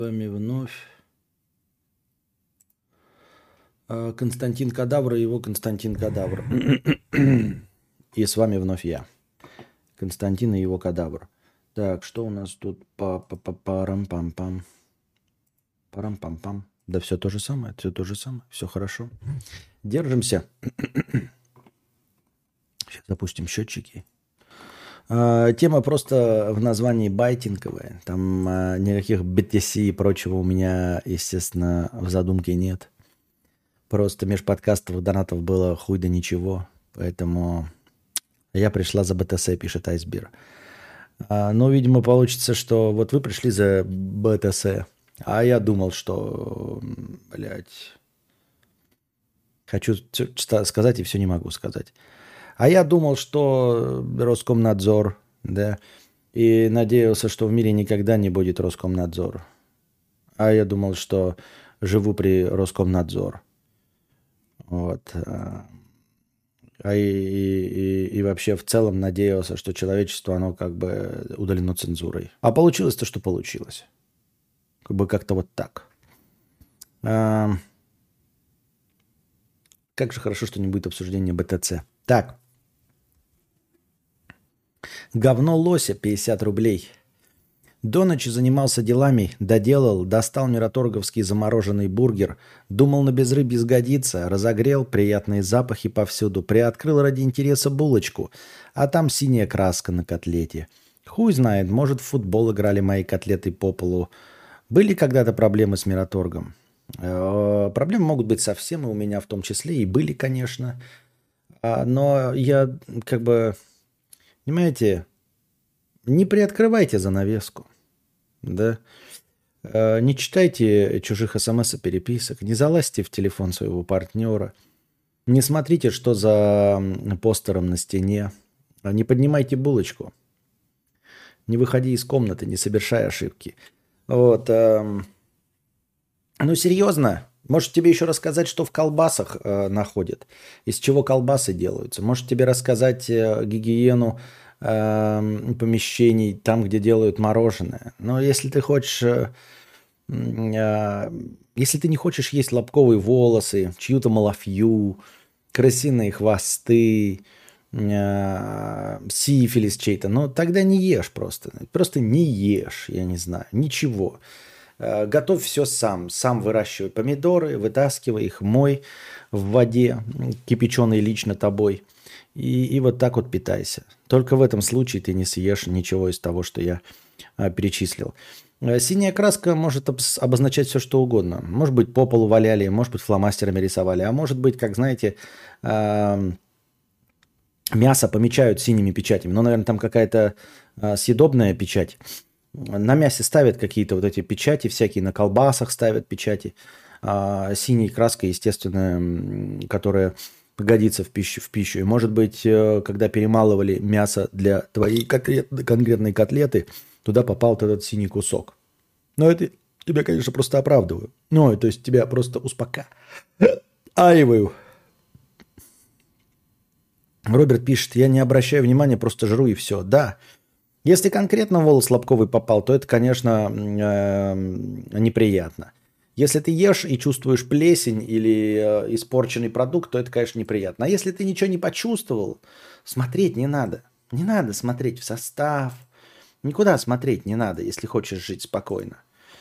вами вновь Константин Кадавр и его Константин Кадавр. И с вами вновь я, Константин и его Кадавр. Так, что у нас тут? Парам-пам-пам. Парам-пам-пам. Да все то же самое, все хорошо. Держимся. Сейчас запустим счетчики. Тема просто в названии байтинговая. Там никаких BTC и прочего у меня, естественно, в задумке нет. Просто межподкастовых донатов было хуй да ничего. Поэтому я пришла за BTC, пишет Айсбир. Но, видимо, получится, что вот вы пришли за BTC, а я думал, что, хочу сказать и все не могу сказать. А я думал, что Роскомнадзор, да, и надеялся, что в мире никогда не будет Роскомнадзор. А я думал, что живу при Роскомнадзор. Вот. И вообще в целом надеялся, что человечество, оно как бы удалено цензурой. А получилось то, что получилось. Как бы как-то вот так. Как же хорошо, что не будет обсуждения БТЦ. Так. Говно лося, 50 рублей. До ночи занимался делами, доделал, достал мираторговский замороженный бургер, думал на безрыбье сгодится, разогрел, приятные запахи повсюду, приоткрыл ради интереса булочку, а там синяя краска на котлете. Хуй знает, может, в футбол играли мои котлеты по полу. Были когда-то проблемы с мираторгом? Проблемы могут быть со всем, и у меня в том числе, и были, конечно. Но я как бы... Понимаете, не приоткрывайте занавеску, да, не читайте чужих смс и переписок, не залазьте в телефон своего партнера, не смотрите, что за постером на стене, не поднимайте булочку, не выходи из комнаты, не совершай ошибки. Вот, ну серьезно, может тебе еще рассказать, что в колбасах находят, из чего колбасы делаются, может тебе рассказать гигиену помещений, там, где делают мороженое. Но если ты хочешь, если ты не хочешь есть лобковые волосы, чью-то малафью, крысиные хвосты, сифилис чей-то, ну тогда не ешь просто. Просто не ешь, я не знаю, ничего. Готовь все сам. Сам выращивай помидоры, вытаскивай их, мой в воде, кипяченой лично тобой. И вот так вот питайся. Только в этом случае ты не съешь ничего из того, что я перечислил. Синяя краска может обозначать все, что угодно. Может быть, по полу валяли, может быть, фломастерами рисовали, а может быть, как знаете, мясо помечают синими печатями. Ну, наверное, там какая-то съедобная печать. На мясе ставят какие-то вот эти печати всякие, на колбасах ставят печати. Синей краской, естественно, которая... годится в пищу. И, может быть, когда перемалывали мясо для твоей конкретной котлеты, туда попал этот синий кусок. Но это тебя, конечно, просто оправдываю. Ну, то есть тебя просто успокаиваю. Роберт пишет, я не обращаю внимания, просто жру и все. Да, если конкретно волос лобковый попал, то это, конечно, неприятно. Если ты ешь и чувствуешь плесень или испорченный продукт, то это, конечно, неприятно. А если ты ничего не почувствовал, смотреть не надо. Не надо смотреть в состав. Никуда смотреть не надо, если хочешь жить спокойно.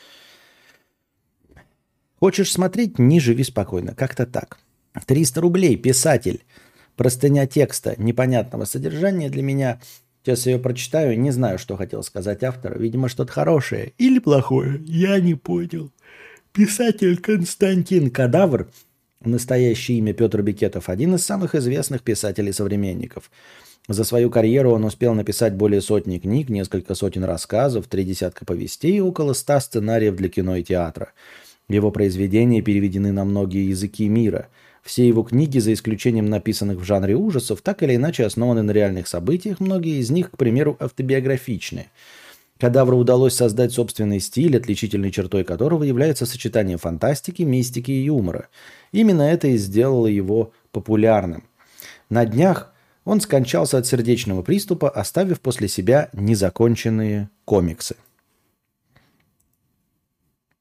Хочешь смотреть, не живи спокойно. Как-то так. 300 рублей, писатель. Простыня текста непонятного содержания для меня. Сейчас я ее прочитаю. Не знаю, что хотел сказать автор. Видимо, что-то хорошее или плохое. Я не понял. Писатель Константин Кадавр, настоящее имя Петр Бекетов, один из самых известных писателей-современников. За свою карьеру он успел написать более сотни книг, несколько сотен рассказов, 30 повестей и около 100 сценариев для кино и театра. Его произведения переведены на многие языки мира. Все его книги, за исключением написанных в жанре ужасов, так или иначе основаны на реальных событиях, многие из них, к примеру, автобиографичны. Кадавру удалось создать собственный стиль, отличительной чертой которого является сочетание фантастики, мистики и юмора. Именно это и сделало его популярным. На днях он скончался от сердечного приступа, оставив после себя незаконченные комиксы.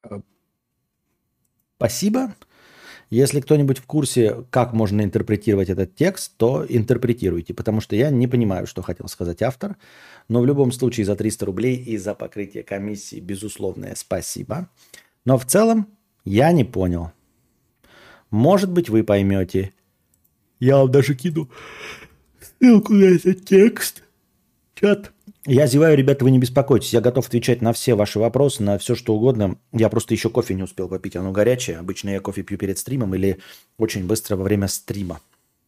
Спасибо. Если кто-нибудь в курсе, как можно интерпретировать этот текст, то интерпретируйте, потому что я не понимаю, что хотел сказать автор. Но в любом случае за 300 рублей и за покрытие комиссии безусловное спасибо. Но в целом я не понял. Может быть, вы поймете. Я вам даже кину ссылку на этот текст. Чат. Я зеваю, ребята, вы не беспокойтесь. Я готов отвечать на все ваши вопросы, на все, что угодно. Я просто еще кофе не успел попить, оно горячее. Обычно я кофе пью перед стримом или очень быстро во время стрима.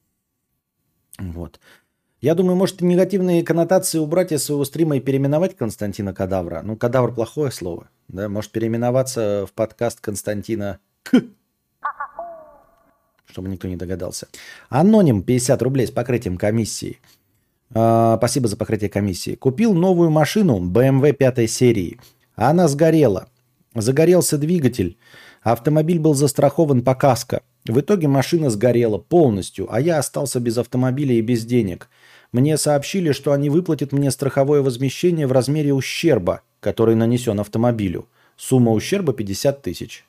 Вот. Я думаю, может, негативные коннотации убрать из своего стрима и переименовать Константина Кадавра. Ну, кадавр плохое слово. Да? Может, переименоваться в подкаст Константина К. Чтобы никто не догадался. Аноним 50 рублей с покрытием комиссии. Спасибо за покрытие комиссии. Купил новую машину BMW 5 серии. Она сгорела. Загорелся двигатель. Автомобиль был застрахован по каско. В итоге машина сгорела полностью, а я остался без автомобиля и без денег. Мне сообщили, что они выплатят мне страховое возмещение в размере ущерба, который нанесен автомобилю. Сумма ущерба 50 тысяч.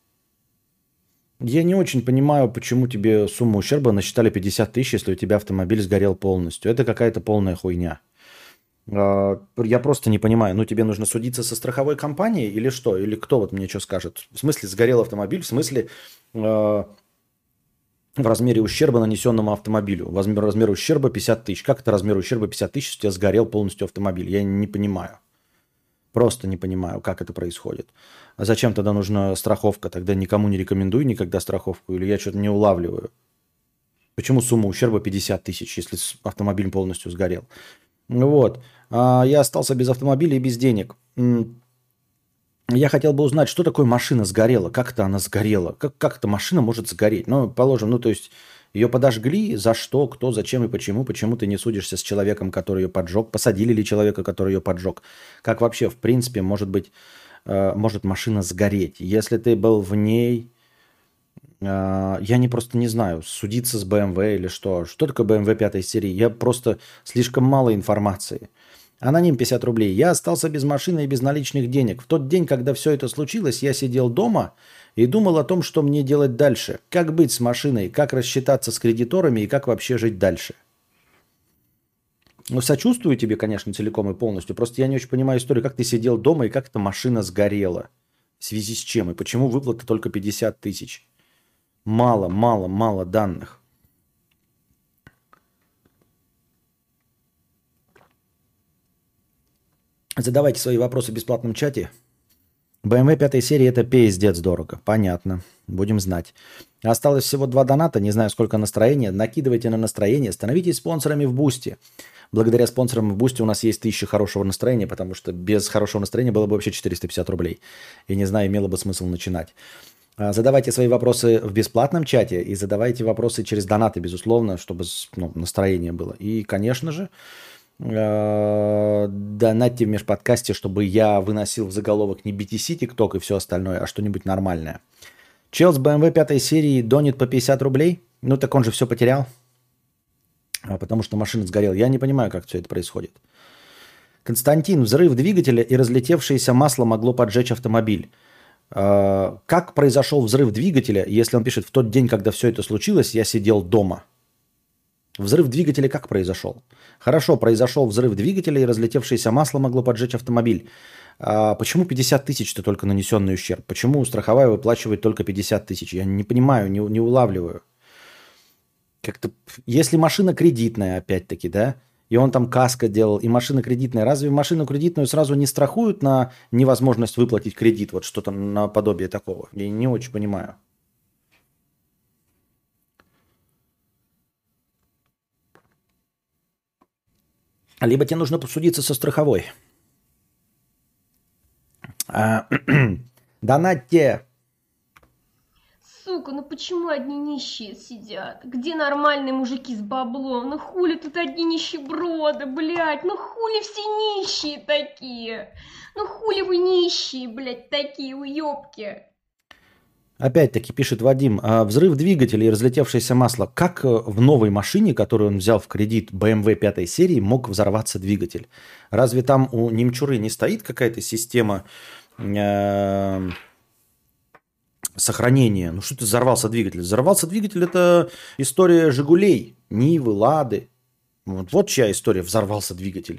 Я не очень понимаю, почему тебе сумму ущерба насчитали 50 тысяч, если у тебя автомобиль сгорел полностью. Это какая-то полная хуйня. Я просто не понимаю. Ну, тебе нужно судиться со страховой компанией или что? Или кто вот мне что скажет? В смысле сгорел автомобиль? В смысле в размере ущерба, нанесенному автомобилю? Размер ущерба 50 тысяч. Как это размер ущерба 50 тысяч, если у тебя сгорел полностью автомобиль? Я не понимаю. Просто не понимаю, как это происходит. А зачем тогда нужна страховка? Тогда никому не рекомендую никогда страховку. Или я что-то не улавливаю. Почему сумма ущерба 50 тысяч, если автомобиль полностью сгорел? Вот. Я остался без автомобиля и без денег. Я хотел бы узнать, что такое машина сгорела, как это она сгорела, как эта машина может сгореть. Ну, положим, ну, то есть ее подожгли, за что, кто, зачем и почему ты не судишься с человеком, который ее поджег, посадили ли человека, который ее поджег. Как вообще, в принципе, может машина сгореть? Если ты был в ней, я просто не знаю, судиться с BMW или что. Что такое BMW 5 серии? Я просто слишком мало информации. Аноним 50 рублей. Я остался без машины и без наличных денег. В тот день, когда все это случилось, я сидел дома и думал о том, что мне делать дальше. Как быть с машиной, как рассчитаться с кредиторами и как вообще жить дальше. Ну, сочувствую тебе, конечно, целиком и полностью. Просто я не очень понимаю историю, как ты сидел дома и как эта машина сгорела. В связи с чем? И почему выплата только 50 тысяч? Мало данных. Задавайте свои вопросы в бесплатном чате. BMW 5 серии это пиздец дорого. Понятно. Будем знать. Осталось всего 2 доната. Не знаю, сколько настроения. Накидывайте на настроение. Становитесь спонсорами в Бусти. Благодаря спонсорам в Бусти у нас есть 1000 хорошего настроения, потому что без хорошего настроения было бы вообще 450 рублей. И не знаю, имело бы смысл начинать. Задавайте свои вопросы в бесплатном чате и задавайте вопросы через донаты, безусловно, чтобы настроение было. И, конечно же, донатьте в межподкасте, чтобы я выносил в заголовок не BTC, TikTok и все остальное, а что-нибудь нормальное. Чел с BMW 5 серии донит по 50 рублей. Ну так он же все потерял, потому что машина сгорела. Я не понимаю, как все это происходит. Константин, взрыв двигателя и разлетевшееся масло могло поджечь автомобиль. Как произошел взрыв двигателя, если он пишет, в тот день, когда все это случилось, я сидел дома? Взрыв двигателя как произошел? Хорошо, произошел взрыв двигателя, и разлетевшееся масло могло поджечь автомобиль. Почему 50 тысяч-то только нанесенный ущерб? Почему страховая выплачивает только 50 тысяч? Я не понимаю, не улавливаю. Как-то, если машина кредитная, опять-таки, да, и он там каско делал, и машина кредитная, разве машину кредитную сразу не страхуют на невозможность выплатить кредит? Вот что-то наподобие такого. Я не очень понимаю. Либо тебе нужно посудиться со страховой. Донатьте. Сука, ну почему одни нищие сидят? Где нормальные мужики с баблом? Ну хули тут одни нищеброды, блядь? Ну хули все нищие такие? Ну хули вы нищие, блядь, такие уёбки? Опять-таки пишет Вадим, взрыв двигателя и разлетевшееся масло. Как в новой машине, которую он взял в кредит BMW 5 серии, мог взорваться двигатель? Разве там у немчуры не стоит какая-то система сохранение. Ну что ты взорвался двигатель? Взорвался двигатель – это история «Жигулей», «Нивы», «Лады». Вот чья история «взорвался двигатель».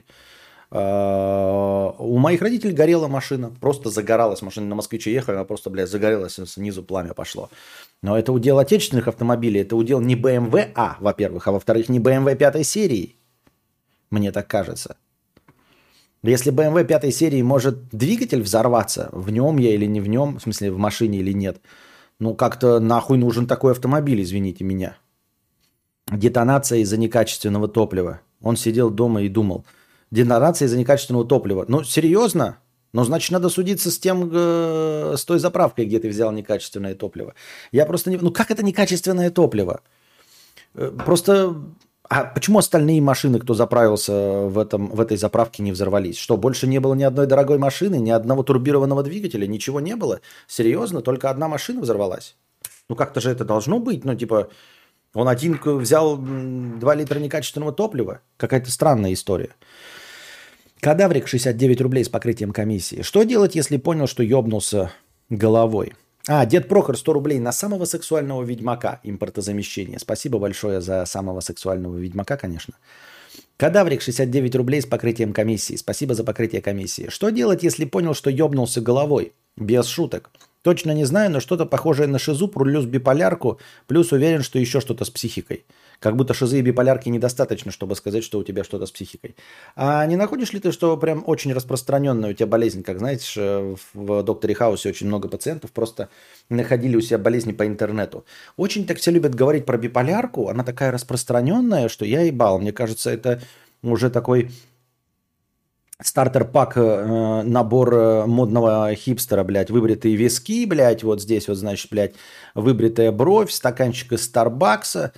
У моих родителей горела машина. Просто загоралась машина. На «Москвиче» ехали, она просто, блядь, загорелась, снизу пламя пошло. Но это удел отечественных автомобилей. Это удел не BMW, во-первых, а во-вторых, не BMW 5 серии. Мне так кажется. Если BMW 5 серии может двигатель взорваться, в нем я или не в нем, в смысле в машине или нет, ну как-то нахуй нужен такой автомобиль, извините меня. Детонация из-за некачественного топлива. Он сидел дома и думал. Детонация из-за некачественного топлива. Ну серьезно? Ну значит надо судиться с тем, с той заправкой, где ты взял некачественное топливо. Я просто не... Ну как это некачественное топливо? Просто... А почему остальные машины, кто заправился в этой заправке, не взорвались? Что, больше не было ни одной дорогой машины, ни одного турбированного двигателя? Ничего не было? Серьезно? Только одна машина взорвалась? Ну, как-то же это должно быть. Ну, типа, он один взял 2 литра некачественного топлива. Какая-то странная история. Кадаврик 69 рублей с покрытием комиссии. Что делать, если понял, что ёбнулся головой? Дед Прохор 100 рублей на самого сексуального ведьмака. Импортозамещение. Спасибо большое за самого сексуального ведьмака, конечно. Кадаврик 69 рублей с покрытием комиссии. Спасибо за покрытие комиссии. Что делать, если понял, что ёбнулся головой? Без шуток. Точно не знаю, но что-то похожее на шизу, плюс биполярку, плюс уверен, что еще что-то с психикой. Как будто шизы и биполярки недостаточно, чтобы сказать, что у тебя что-то с психикой. А не находишь ли ты, что прям очень распространенная у тебя болезнь? Как знаете, в Докторе Хаусе очень много пациентов просто находили у себя болезни по интернету. Очень так все любят говорить про биполярку. Она такая распространенная, что я ебал. Мне кажется, это уже такой... Стартер-пак, набор модного хипстера, блядь, выбритые виски, блядь, вот здесь вот, значит, блядь, выбритая бровь, стаканчик из Старбакса,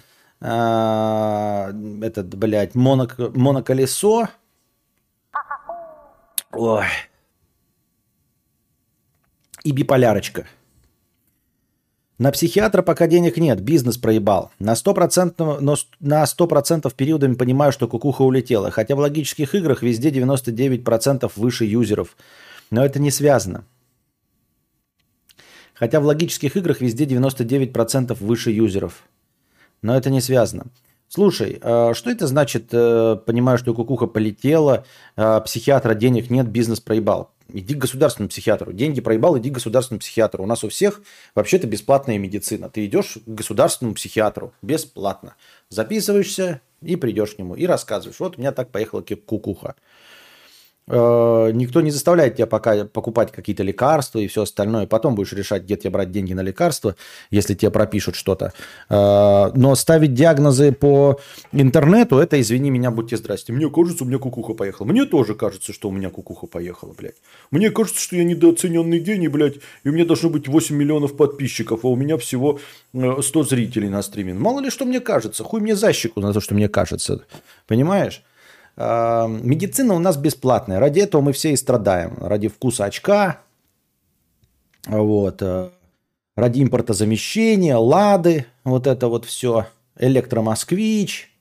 этот, блядь, моноколесо. Ой. И биполярочка. На психиатра пока денег нет, бизнес проебал. На 100% периодами понимаю, что кукуха улетела. Хотя в логических играх везде 99% выше юзеров. Но это не связано. Хотя в логических играх везде 99% выше юзеров. Но это не связано. Слушай, что это значит, понимаю, что кукуха полетела, психиатра денег нет, бизнес проебал? Иди к государственному психиатру. Деньги проебал, иди к государственному психиатру. У нас у всех вообще-то бесплатная медицина. Ты идешь к государственному психиатру бесплатно. Записываешься и придешь к нему. И рассказываешь. Вот у меня так поехала кукуха. Никто не заставляет тебя пока покупать какие-то лекарства и все остальное. Потом будешь решать, где тебе брать деньги на лекарства, если тебе пропишут что-то. Но ставить диагнозы по интернету, это, извини меня, будьте здрасте. Мне кажется, у меня кукуха поехала. Мне тоже кажется, что у меня кукуха поехала, блядь. Мне кажется, что я недооцененный гений, блядь, и у меня должно быть 8 миллионов подписчиков, а у меня всего 100 зрителей на стриме. Мало ли, что мне кажется. Хуй мне за щеку на то, что мне кажется. Понимаешь? Медицина у нас бесплатная. Ради этого мы все и страдаем. Ради вкуса очка, вот, ради импортозамещения, Лады, вот это вот все, электромосквич,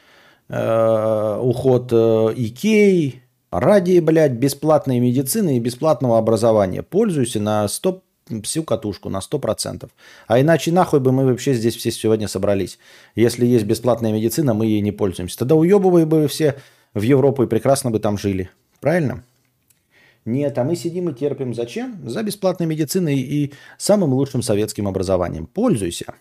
уход Икеи. Ради, блядь, бесплатной медицины и бесплатного образования. Пользуйся на 100, всю катушку, на 100%. А иначе нахуй бы мы вообще здесь все сегодня собрались. Если есть бесплатная медицина, мы ей не пользуемся. Тогда уебывай бы все в Европу и прекрасно бы там жили. Правильно? Нет, а мы сидим и терпим. Зачем? За бесплатной медициной и самым лучшим советским образованием. Пользуйся.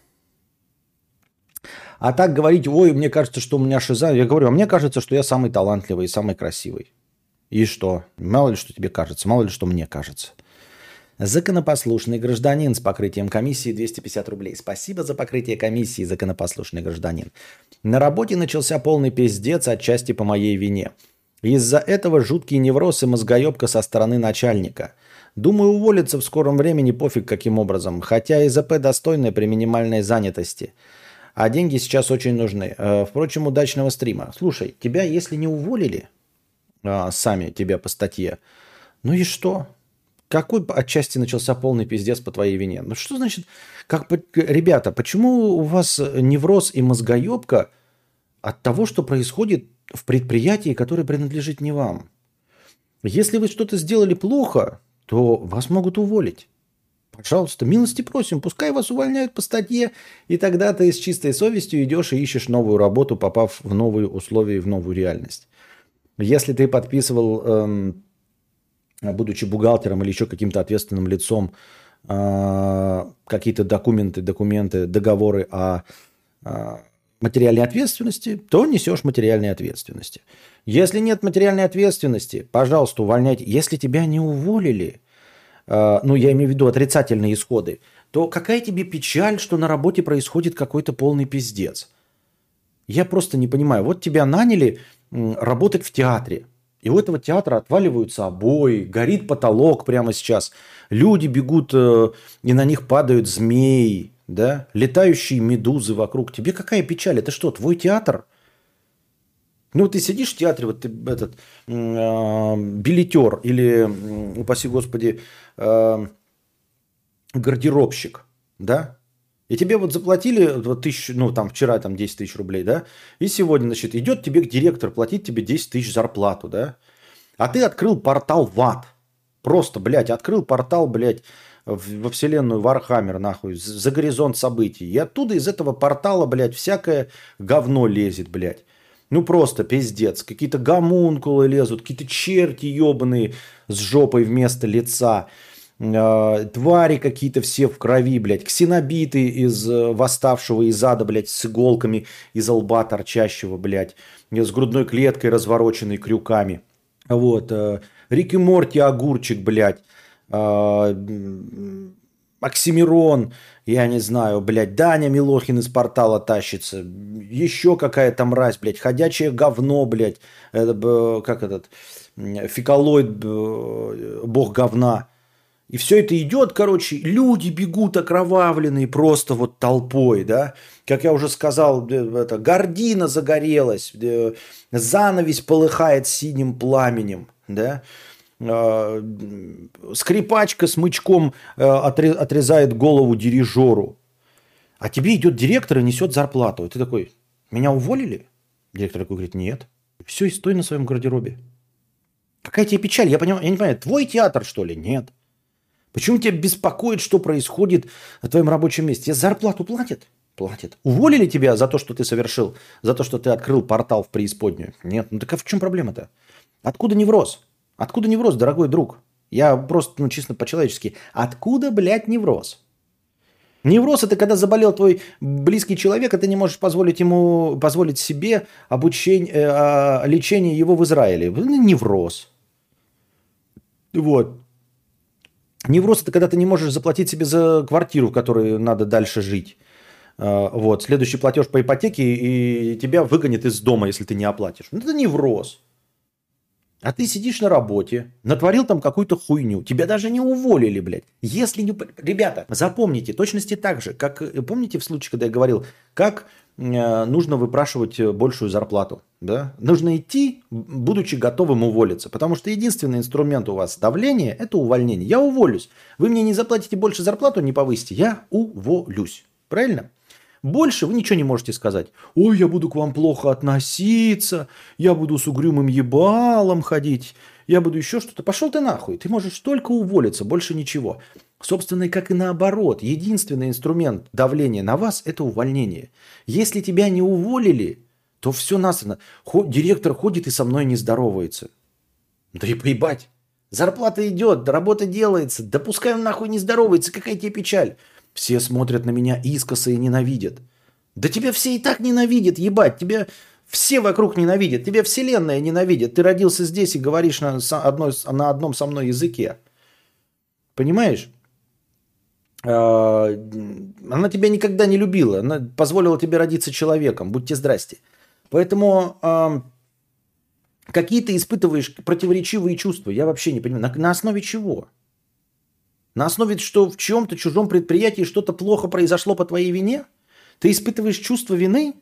А так говорить, ой, мне кажется, что у меня шиза. Я говорю, а мне кажется, что я самый талантливый и самый красивый. И что? Мало ли, что тебе кажется, мало ли, что мне кажется. Законопослушный гражданин с покрытием комиссии 250 рублей. Спасибо за покрытие комиссии, законопослушный гражданин. На работе начался полный пиздец, отчасти по моей вине. Из-за этого жуткий невроз и мозгоебка со стороны начальника. Думаю, уволиться в скором времени пофиг каким образом, хотя ИЗП достойное при минимальной занятости. А деньги сейчас очень нужны. Впрочем, удачного стрима. Слушай, тебя если не уволили, сами тебя по статье, ну и что? Какой отчасти начался полный пиздец по твоей вине? Ну что значит, ребята, почему у вас невроз и мозгоебка от того, что происходит в предприятии, которое принадлежит не вам? Если вы что-то сделали плохо, то вас могут уволить. Пожалуйста, милости просим, пускай вас увольняют по статье, и тогда ты с чистой совестью идешь и ищешь новую работу, попав в новые условия и в новую реальность. Если ты подписывал, будучи бухгалтером или еще каким-то ответственным лицом, какие-то документы, договоры о материальной ответственности, то несешь материальной ответственности. Если нет материальной ответственности, пожалуйста, увольняйте. Если тебя не уволили, ну, я имею в виду отрицательные исходы, то какая тебе печаль, что на работе происходит какой-то полный пиздец? Я просто не понимаю. Вот тебя наняли работать в театре, и у этого театра отваливаются обои, горит потолок прямо сейчас, люди бегут, и на них падают змеи, да, летающие медузы вокруг. Тебе какая печаль? Это что, твой театр? Ну, ты сидишь в театре, вот ты этот билетер или, упаси господи, гардеробщик, да? И тебе вот заплатили вот тысячу, ну, там вчера там 10 тысяч рублей, да? И сегодня, значит, идет тебе директор платить тебе 10 тысяч зарплату, да? А ты открыл портал в ад. Просто, блядь, открыл портал, блядь, во вселенную Вархаммер, нахуй, за горизонт событий. И оттуда из этого портала, блядь, всякое говно лезет, блядь. Ну просто пиздец. Какие-то гомункулы лезут, какие-то черти ебаные с жопой вместо лица. Твари какие-то все в крови, блядь. Ксенобиты из восставшего из ада, блядь, с иголками из лба торчащего, блядь. С грудной клеткой, развороченной крюками. Вот. Рик и Морти огурчик, блядь. Оксимирон, я не знаю, блядь, Даня Милохин из портала тащится, еще какая-то мразь, блядь, ходячее говно, блядь, как этот, фекалоид, бог говна. И все это идет, короче, люди бегут окровавленные просто вот толпой, да. Как я уже сказал, это, гордина загорелась, занавесь полыхает синим пламенем, да. Скрипачка с мычком отрезает голову дирижеру. А тебе идет директор и несет зарплату. И ты такой, меня уволили? Директор такой говорит, нет. Все, и стой на своем гардеробе. Какая тебе печаль? Я не понимаю, твой театр, что ли? Нет. Почему тебя беспокоит, что происходит на твоем рабочем месте? Тебе зарплату платят? Платят. Уволили тебя за то, что ты совершил? За то, что ты открыл портал в преисподнюю? Нет. Ну так а в чем проблема-то? Откуда невроз? Откуда невроз, дорогой друг? Я просто, ну, чисто по-человечески. Откуда, блядь, невроз? Невроз – это когда заболел твой близкий человек, а ты не можешь позволить себе лечение его в Израиле. Невроз. Вот. Невроз – это когда ты не можешь заплатить себе за квартиру, в которой надо дальше жить. Вот. Следующий платеж по ипотеке, и тебя выгонят из дома, если ты не оплатишь. Это невроз. А ты сидишь на работе, натворил там какую-то хуйню, тебя даже не уволили, блядь. Если не... Ребята, запомните, точности так же, как... Помните в случае, когда я говорил, как нужно выпрашивать большую зарплату? Да? Нужно идти, будучи готовым уволиться. Потому что единственный инструмент у вас давления – это увольнение. Я уволюсь. Вы мне не заплатите больше зарплату, не повысите. Я уволюсь. Правильно? Больше вы ничего не можете сказать. Ой, я буду к вам плохо относиться, я буду с угрюмым ебалом ходить, я буду еще что-то. Пошел ты нахуй, ты можешь только уволиться, больше ничего. Собственно, как и наоборот, единственный инструмент давления на вас – это увольнение. Если тебя не уволили, то все насрано. Директор ходит и со мной не здоровается. Да и поебать. Зарплата идет, работа делается, да пускай он нахуй не здоровается, какая тебе печаль. Все смотрят на меня искоса и ненавидят. Да тебя все и так ненавидят, ебать. Тебя все вокруг ненавидят. Тебя вселенная ненавидит. Ты родился здесь и говоришь на одном со мной языке. Понимаешь? Она тебя никогда не любила. Она позволила тебе родиться человеком. Будьте здрасте. Поэтому какие ты испытываешь противоречивые чувства? Я вообще не понимаю. На основе чего? На основе, что в чьем-то чужом предприятии что-то плохо произошло по твоей вине? Ты испытываешь чувство вины?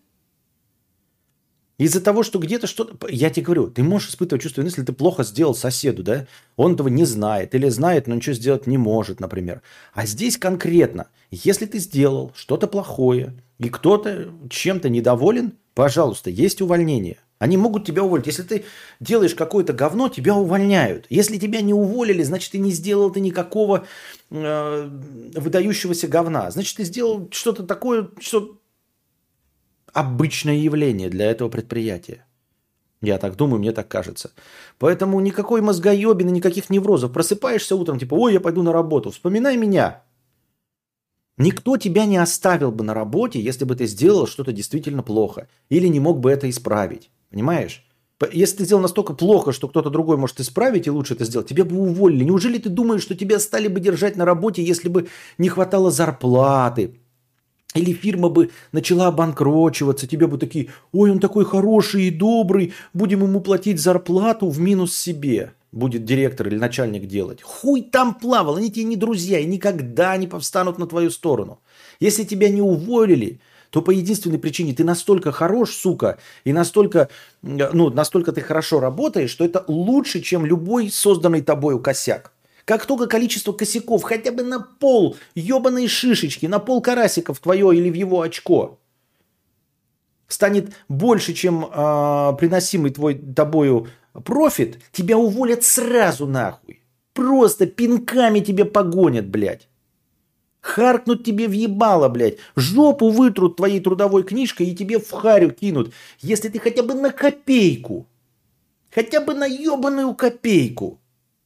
Из-за того, что где-то что-то... Я тебе говорю, ты можешь испытывать чувство вины, если ты плохо сделал соседу, да? Он этого не знает или знает, но ничего сделать не может, например. А здесь конкретно, если ты сделал что-то плохое, и кто-то чем-то недоволен, пожалуйста, есть увольнение. Они могут тебя уволить. Если ты делаешь какое-то говно, тебя увольняют. Если тебя не уволили, значит, ты не сделал ты никакого выдающегося говна. Значит, ты сделал что-то такое, что обычное явление для этого предприятия. Я так думаю, мне так кажется. Поэтому никакой мозгоебины, никаких неврозов. Просыпаешься утром, типа, ой, я пойду на работу. Вспоминай меня. Никто тебя не оставил бы на работе, если бы ты сделал что-то действительно плохо. Или не мог бы это исправить. Понимаешь? Если ты сделал настолько плохо, что кто-то другой может исправить и лучше это сделать, тебя бы уволили. Неужели ты думаешь, что тебя стали бы держать на работе, если бы не хватало зарплаты? Или фирма бы начала обанкрочиваться, тебе бы такие, ой, он такой хороший и добрый, будем ему платить зарплату в минус себе. Будет директор или начальник делать. Хуй там плавал, они тебе не друзья и никогда не повстанут на твою сторону. Если тебя не уволили, то по единственной причине ты настолько хорош, сука, и настолько ты хорошо работаешь, что это лучше, чем любой созданный тобою косяк. Как только количество косяков хотя бы на пол ебаные шишечки, на пол карасиков в твое или в его очко станет больше, чем приносимый тобою профит, тебя уволят сразу нахуй. Просто пинками тебя погонят, блядь. Харкнут тебе в ебало, блядь. Жопу вытрут твоей трудовой книжкой и тебе в харю кинут. Если ты хотя бы на копейку, хотя бы на ебаную копейку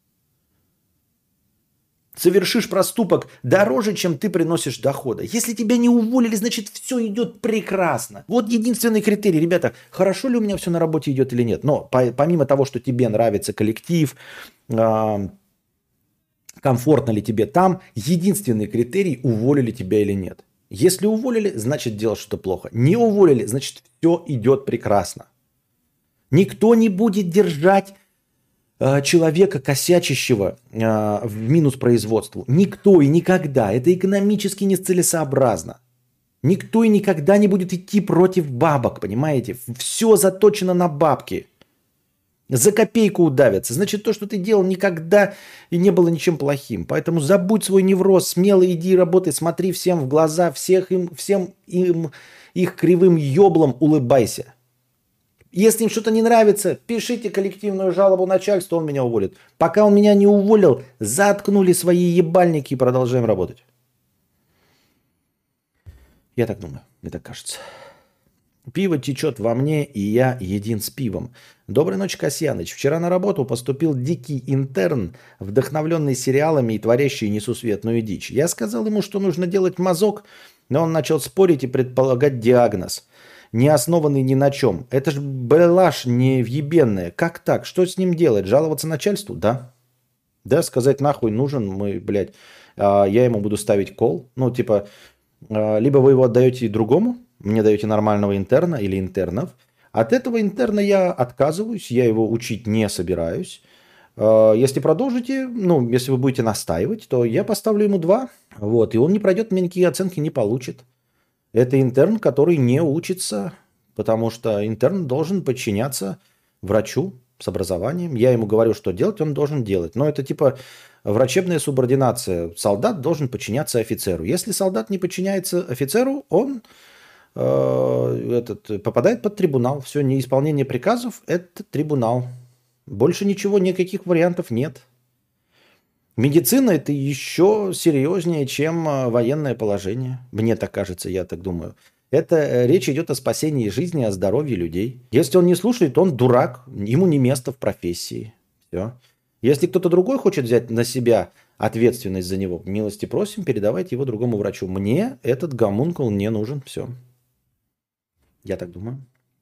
совершишь проступок дороже, чем ты приносишь дохода. Если тебя не уволили, значит, все идет прекрасно. Вот единственный критерий, ребята, хорошо ли у меня все на работе идет или нет. Но помимо того, что тебе нравится коллектив, комфортно ли тебе там, единственный критерий, уволили тебя или нет. Если уволили, значит, дело что-то плохо. Не уволили, значит, все идет прекрасно. Никто не будет держать человека, косячащего в минус производству. Никто и никогда. Это экономически нецелесообразно. Никто и никогда не будет идти против бабок, понимаете? Все заточено на бабки. За копейку удавятся. Значит, то, что ты делал, никогда и не было ничем плохим. Поэтому забудь свой невроз, смело иди работай, смотри всем в глаза, всем им их кривым еблом улыбайся. Если им что-то не нравится, пишите коллективную жалобу начальству, он меня уволит. Пока он меня не уволил, заткнули свои ебальники и продолжаем работать. Я так думаю, мне так кажется. Пиво течет во мне, и я един с пивом. Доброй ночи, Касьяныч. Вчера на работу поступил дикий интерн, вдохновленный сериалами и творящий несусветную дичь. Я сказал ему, что нужно делать мазок, но он начал спорить и предполагать диагноз, не основанный ни на чем. Это ж блажь невъебенная. Как так? Что с ним делать? Жаловаться начальству? Да. Да, сказать нахуй нужен, я ему буду ставить кол. Либо вы его отдаете другому, мне даете нормального интерна или интернов. От этого интерна я отказываюсь, я его учить не собираюсь. Если продолжите, если вы будете настаивать, то я поставлю ему 2. Вот, и он не пройдет, мне никакие оценки не получит. Это интерн, который не учится, потому что интерн должен подчиняться врачу с образованием. Я ему говорю, что делать, он должен делать. Но это типа врачебная субординация. Солдат должен подчиняться офицеру. Если солдат не подчиняется офицеру, он попадает под трибунал. Все, неисполнение приказов – это трибунал. Больше ничего, никаких вариантов нет. Медицина – это еще серьезнее, чем военное положение. Мне так кажется, я так думаю. Речь идет о спасении жизни, о здоровье людей. Если он не слушает, он дурак, ему не место в профессии. Все. Если кто-то другой хочет взять на себя ответственность за него, милости просим, передавайте его другому врачу. Мне этот гомункул не нужен. Все. Я так думаю.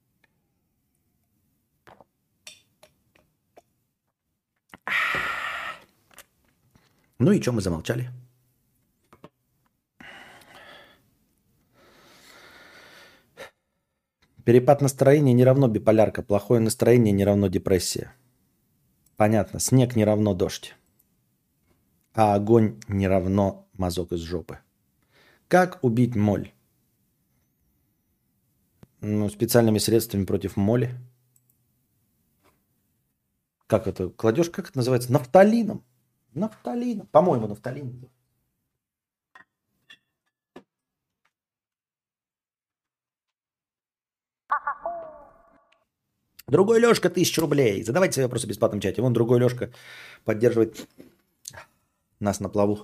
Ну и что мы замолчали? Перепад настроения не равно биполярка. Плохое настроение не равно депрессия. Понятно. Снег не равно дождь. А огонь не равно мазок из жопы. Как убить моль? Специальными средствами против моли. Как это? Кладешь, как это называется? Нафталином. Нафталином. По-моему, нафталин. Другой Лешка 1000 рублей. Задавайте свои вопросы в бесплатном чате. Вон другой Лешка поддерживает нас на плаву.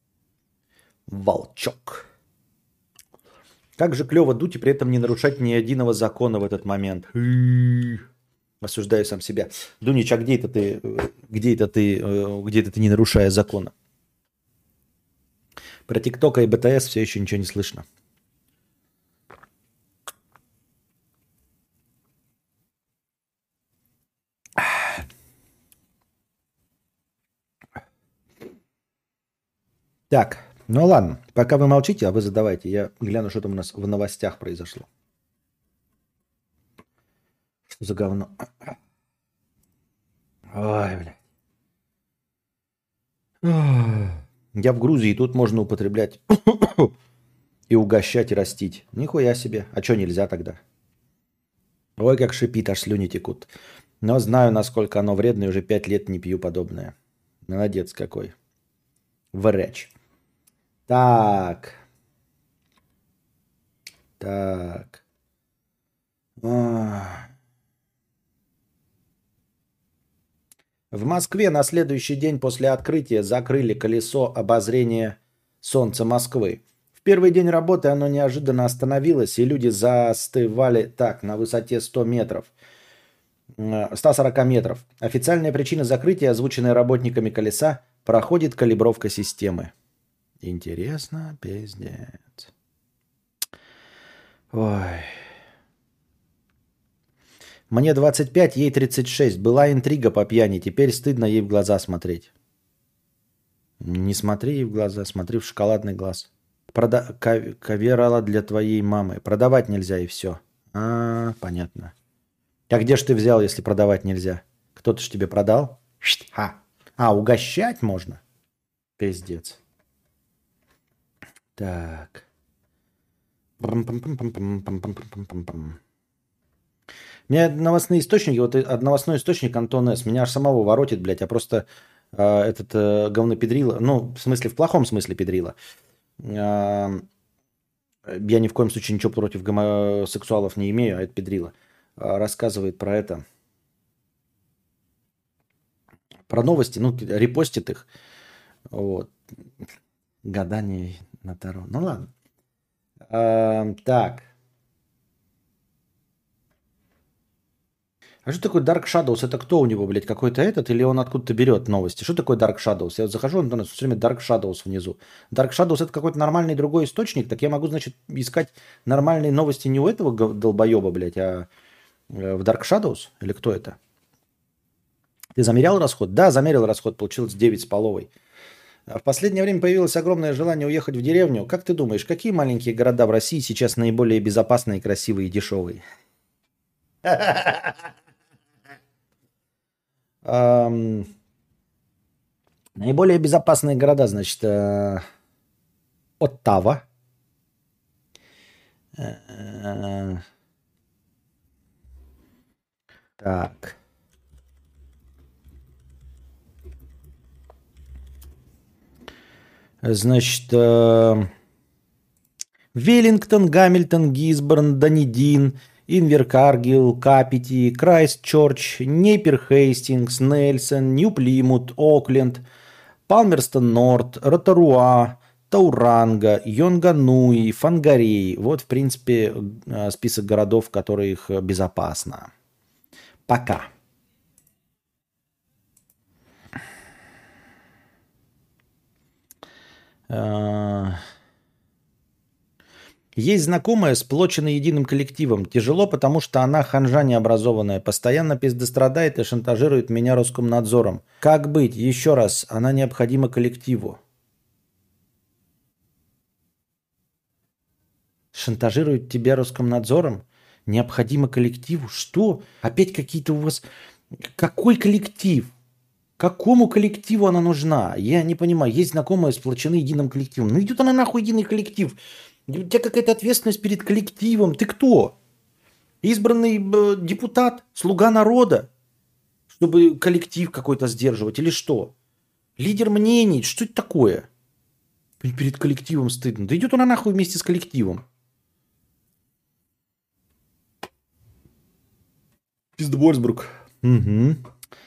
Волчок. Как же клево дуть и при этом не нарушать ни единого закона в этот момент. Осуждаю сам себя. Дунич, а где это ты не нарушая закона? Про ТикТока и БТС все еще ничего не слышно. Так, ну ладно, пока вы молчите, а вы задавайте. Я гляну, что там у нас в новостях произошло. Что за говно? Ой, блядь. Я в Грузии, тут можно употреблять и угощать, и растить. Нихуя себе. А что нельзя тогда? Ой, как шипит, аж слюни текут. Но знаю, насколько оно вредно, и уже 5 лет не пью подобное. Молодец какой. Врач. Так. В Москве на следующий день после открытия закрыли колесо обозрения солнца Москвы. В первый день работы оно неожиданно остановилось, и люди застывали так, на высоте 140 метров. Официальная причина закрытия, озвученная работниками колеса, проходит калибровка системы. Интересно, пиздец. Ой. Мне 25, ей 36. Была интрига по пьяни, теперь стыдно ей в глаза смотреть. Не смотри ей в глаза, смотри в шоколадный глаз. Каверала для твоей мамы. Продавать нельзя и все. Понятно. А где ж ты взял, если продавать нельзя? Кто-то ж тебе продал? Угощать можно? Пиздец. Так. У меня новостные источники, вот новостной источник Антон С. Меня аж самого воротит, блядь, а просто говнопедрила, ну, в смысле, в плохом смысле педрила. Я ни в коем случае ничего против гомосексуалов не имею, а это педрила. Рассказывает про это. Про новости, ну, репостит их. Вот. Гадание на Таро. Ну, ладно. Так. А что такое Dark Shadows? Это кто у него, блядь, какой-то этот? Или он откуда-то берет новости? Что такое Dark Shadows? Я вот захожу, он у нас все время Dark Shadows внизу. Dark Shadows это какой-то нормальный другой источник? Так я могу, значит, искать нормальные новости не у этого долбоеба, блядь, а в Dark Shadows? Или кто это? Ты замерял расход? Да, замерил расход. Получилось 9,5. В последнее время появилось огромное желание уехать в деревню. Как ты думаешь, какие маленькие города в России сейчас наиболее безопасные, красивые и дешевые? Наиболее безопасные города, значит, Оттава. Так. Значит, Веллингтон, Гамильтон, Гисборн, Данидин, Инверкаргил, Капити, Крайстчерч, Нейпер-Хейстингс, Нельсон, Нью-Плимут, Окленд, Палмерстон-Норт, Роторуа, Тауранга, Йонгануи, Фангарей. Вот, в принципе, список городов, в которых безопасно. Пока. Есть знакомая, сплоченная единым коллективом. Тяжело, потому что она ханжа необразованная. Постоянно пиздострадает и шантажирует меня Роскомнадзором. Как быть? Еще раз, она необходима коллективу. Шантажирует тебя Роскомнадзором? Необходимо коллективу? Что? Опять какие-то у вас... Какой коллектив? Какому коллективу она нужна? Я не понимаю. Есть знакомые, сплочены единым коллективом. Ну идет она нахуй единый коллектив. У тебя какая-то ответственность перед коллективом. Ты кто? Избранный депутат? Слуга народа? Чтобы коллектив какой-то сдерживать? Или что? Лидер мнений? Что это такое? Перед коллективом стыдно. Да идет она нахуй вместе с коллективом. Пиздбольсбрук. Угу.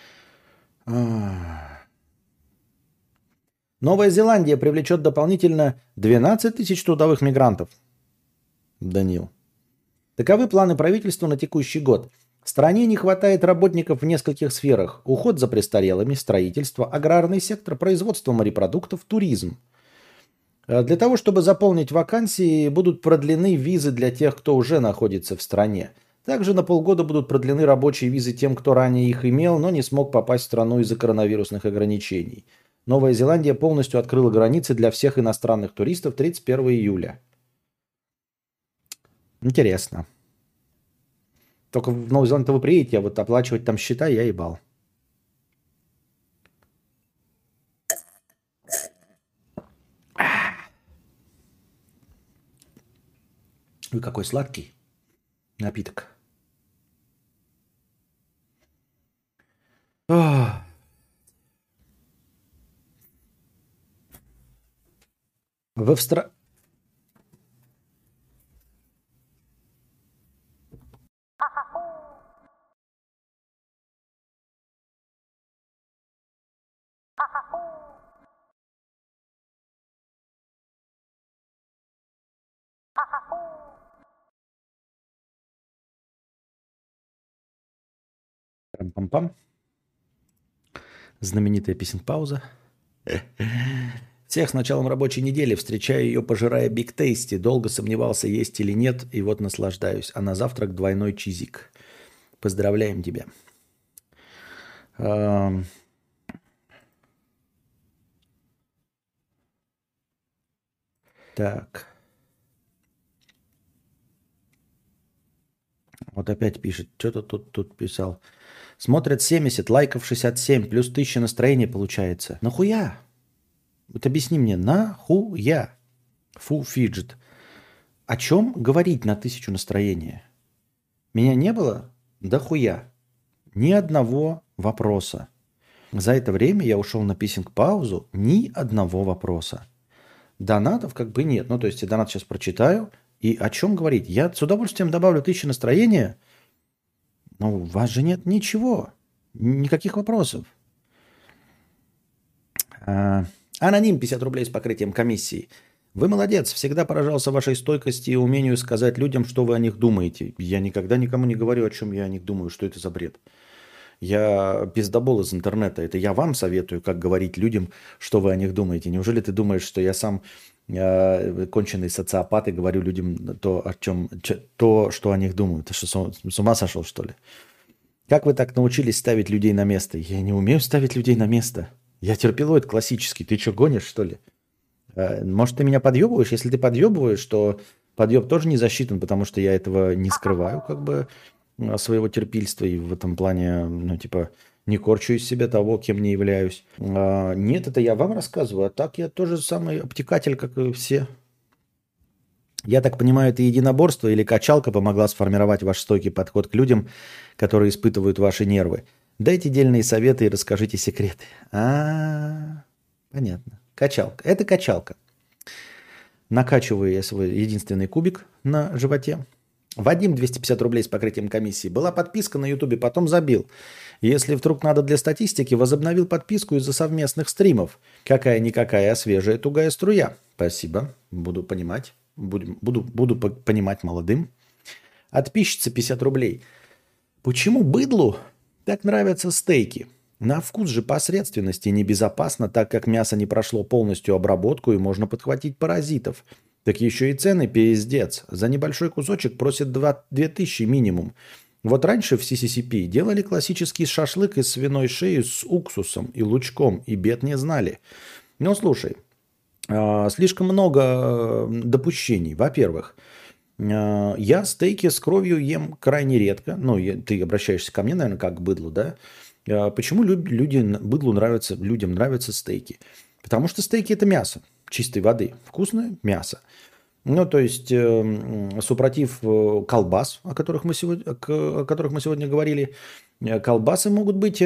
Новая Зеландия привлечет дополнительно 12 тысяч трудовых мигрантов. Данил. Таковы планы правительства на текущий год. Стране не хватает работников в нескольких сферах. Уход за престарелыми, строительство, аграрный сектор, производство морепродуктов, туризм. Для того, чтобы заполнить вакансии, будут продлены визы для тех, кто уже находится в стране. Также на полгода будут продлены рабочие визы тем, кто ранее их имел, но не смог попасть в страну из-за коронавирусных ограничений. Новая Зеландия полностью открыла границы для всех иностранных туристов 31 июля. Интересно. Только в Новую Зеландию вы приедете, а вот оплачивать там счета я ебал. Ой, какой сладкий напиток. Ох. В Австралии... Пам-пам-пам. Знаменитая песен-пауза. Всех с началом рабочей недели. Встречаю ее, пожирая Биг Тейсти. Долго сомневался, есть или нет, и вот наслаждаюсь. А на завтрак двойной чизик. Поздравляем тебя. Так. Вот опять пишет. Что-то тут писал. Смотрят 70, лайков 67, плюс 1000 настроения получается. Нахуя? Вот объясни мне, нахуя? Фу, фиджет. О чем говорить на 1000 настроения? Меня не было? Да хуя. Ни одного вопроса. За это время я ушел на писинг-паузу, ни одного вопроса. Донатов как бы нет. Ну, то есть я донат сейчас прочитаю. И о чем говорить? Я с удовольствием добавлю 1000 настроения. Но у вас же нет ничего. Никаких вопросов. Аноним 50 рублей с покрытием комиссии. Вы молодец. Всегда поражался вашей стойкости и умению сказать людям, что вы о них думаете. Я никогда никому не говорю, о чем я о них думаю. Что это за бред? Я пиздобол из интернета. Это я вам советую, как говорить людям, что вы о них думаете. Неужели ты думаешь, что я сам конченый социопат и говорю людям то, что о них думают? Ты что, с ума сошел, что ли? Как вы так научились ставить людей на место? Я не умею ставить людей на место. Я терпилоид классический. Ты что, гонишь, что ли? Может, ты меня подъебываешь? Если ты подъебываешь, то подъеб тоже не засчитан, потому что я этого не скрываю, как бы, своего терпильства. И в этом плане, ну, типа, не корчу из себя того, кем не являюсь. Нет, это я вам рассказываю. А так я тоже самый обтекатель, как и все. Я так понимаю, это единоборство или качалка помогла сформировать ваш стойкий подход к людям, которые испытывают ваши нервы. Дайте дельные советы и расскажите секреты. Понятно. Качалка. Это качалка. Накачиваю я свой единственный кубик на животе. Вадим, 250 рублей с покрытием комиссии. Была подписка на Ютубе, потом забил. Если вдруг надо для статистики, возобновил подписку из-за совместных стримов. Какая-никакая, а свежая тугая струя. Спасибо. Буду понимать. Буду понимать молодым. Подписчица 50 рублей. Почему быдлу так нравятся стейки? На вкус же посредственности небезопасно, так как мясо не прошло полностью обработку и можно подхватить паразитов. Так еще и цены пиздец. За небольшой кусочек просят 2000 минимум. Вот раньше в CCCP делали классический шашлык из свиной шеи с уксусом и лучком, и бед не знали. Ну, слушай, слишком много допущений. Во-первых, я стейки с кровью ем крайне редко. Ну, ты обращаешься ко мне, наверное, как к быдлу, да? Почему быдлу людям нравятся стейки? Потому что стейки – это мясо чистой воды. Вкусное мясо. Ну, то есть, супротив колбас, о которых мы сегодня говорили, колбасы могут быть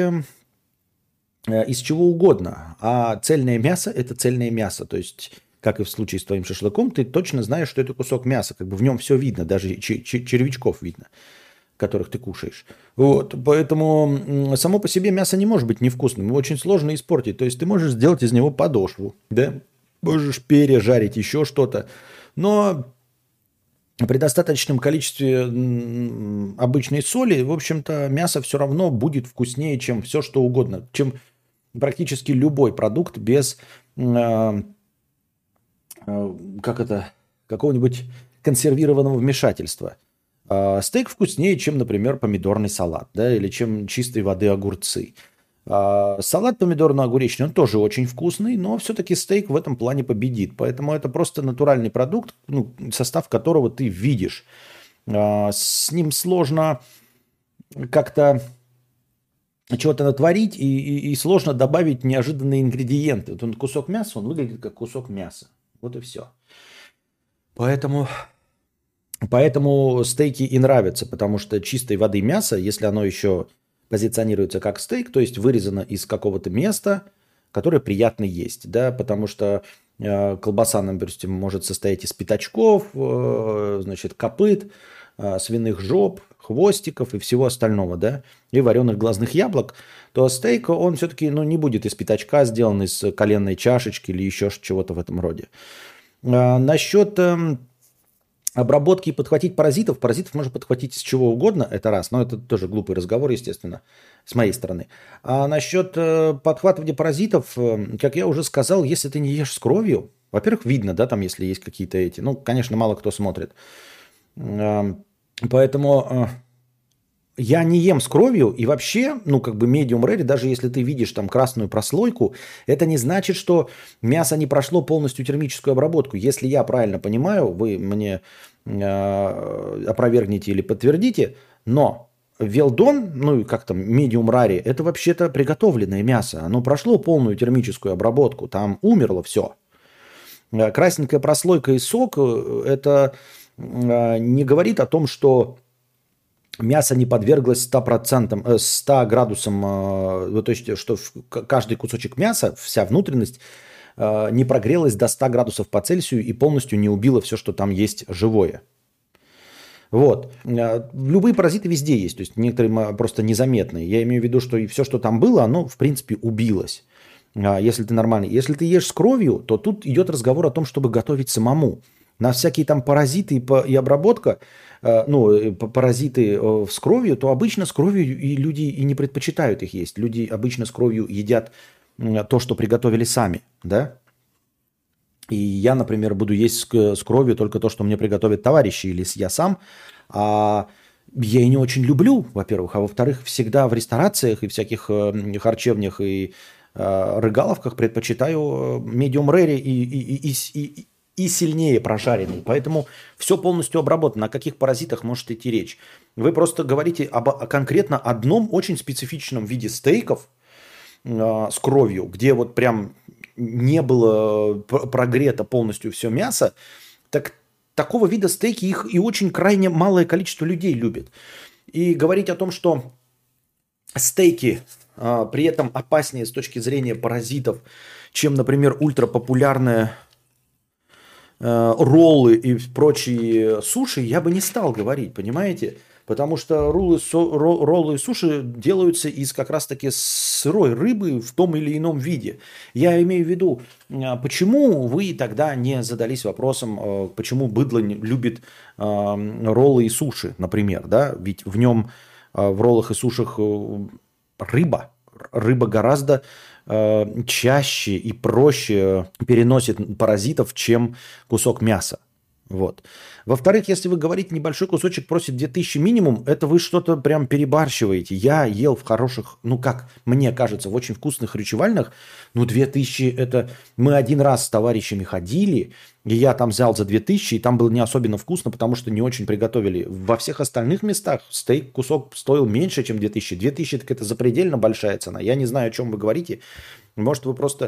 из чего угодно. А цельное мясо – это цельное мясо. То есть, как и в случае с твоим шашлыком, ты точно знаешь, что это кусок мяса. Как бы в нем все видно, даже червячков видно. которых ты кушаешь. Вот, поэтому само по себе мясо не может быть невкусным. Его очень сложно испортить. То есть ты можешь сделать из него подошву, да? Можешь пережарить, еще что-то. Но при достаточном количестве обычной соли, в общем-то, мясо все равно будет вкуснее, чем все, что угодно. Чем практически любой продукт без какого-нибудь консервированного вмешательства. Стейк вкуснее, чем, например, помидорный салат, да, или чем чистой воды огурцы. Салат помидорно-огуречный, он тоже очень вкусный, но все-таки стейк в этом плане победит. Поэтому это просто натуральный продукт, состав которого ты видишь. С ним сложно как-то чего-то натворить и сложно добавить неожиданные ингредиенты. Вот он кусок мяса, он выглядит как кусок мяса. Вот и все. Поэтому стейки и нравятся, потому что чистой воды мясо, если оно еще позиционируется как стейк, то есть вырезано из какого-то места, которое приятно есть, да, потому что колбаса, например, может состоять из пятачков, значит, копыт, свиных жоп, хвостиков и всего остального, да, и вареных глазных яблок, то стейк, он все-таки, не будет из пятачка сделан, из коленной чашечки или еще чего-то в этом роде. Насчет обработки и подхватить паразитов. Паразитов можно подхватить из чего угодно, это раз. Но это тоже глупый разговор, естественно, с моей стороны. А насчет подхватывания паразитов, как я уже сказал, если ты не ешь с кровью, во-первых, видно, да, там, если есть какие-то эти, конечно, мало кто смотрит. Поэтому я не ем с кровью, и вообще, medium rare, даже если ты видишь там красную прослойку, это не значит, что мясо не прошло полностью термическую обработку. Если я правильно понимаю, вы мне опровергните или подтвердите, но велдон, medium rare, это вообще-то приготовленное мясо. Оно прошло полную термическую обработку, там умерло все. Красненькая прослойка и сок, это не говорит о том, что мясо не подверглось 100 градусам, то есть, что каждый кусочек мяса, вся внутренность не прогрелась до 100 градусов по Цельсию и полностью не убила все, что там есть живое. Вот. Любые паразиты везде есть, то есть некоторые просто незаметные. Я имею в виду, что и все, что там было, оно, в принципе, убилось. Если ты нормальный. Если ты ешь с кровью, то тут идет разговор о том, чтобы готовить самому. На всякие там паразиты и обработка, паразиты с кровью, то обычно с кровью и люди и не предпочитают их есть. Люди обычно с кровью едят то, что приготовили сами, да? И я, например, буду есть с кровью только то, что мне приготовят товарищи или я сам. А я и не очень люблю, во-первых. А во-вторых, всегда в ресторациях и всяких харчевнях и рыгаловках предпочитаю medium rare и сильнее прожаренный. Поэтому все полностью обработано. О каких паразитах может идти речь? Вы просто говорите о конкретно одном очень специфичном виде стейков с кровью, где вот прям не было прогрето полностью все мясо. Такого вида стейки их и очень крайне малое количество людей любит. И говорить о том, что стейки при этом опаснее с точки зрения паразитов, чем, например, ультрапопулярная роллы и прочие суши, я бы не стал говорить, понимаете? Потому что роллы и суши делаются из как раз-таки сырой рыбы в том или ином виде. Я имею в виду, почему вы тогда не задались вопросом, почему быдло любит роллы и суши, например, да? Ведь в нем, в роллах и сушах рыба гораздо чаще и проще переносит паразитов, чем кусок мяса. Вот. Во-вторых, если вы говорите, небольшой кусочек просит 2000 минимум, это вы что-то прям перебарщиваете. Я ел в хороших, как мне кажется, в очень вкусных хрючевальных, 2000 это... Мы один раз с товарищами ходили, и я там взял за 2000, и там было не особенно вкусно, потому что не очень приготовили. Во всех остальных местах стейк кусок стоил меньше, чем 2000. 2000 так это запредельно большая цена. Я не знаю, о чем вы говорите. Может, вы просто,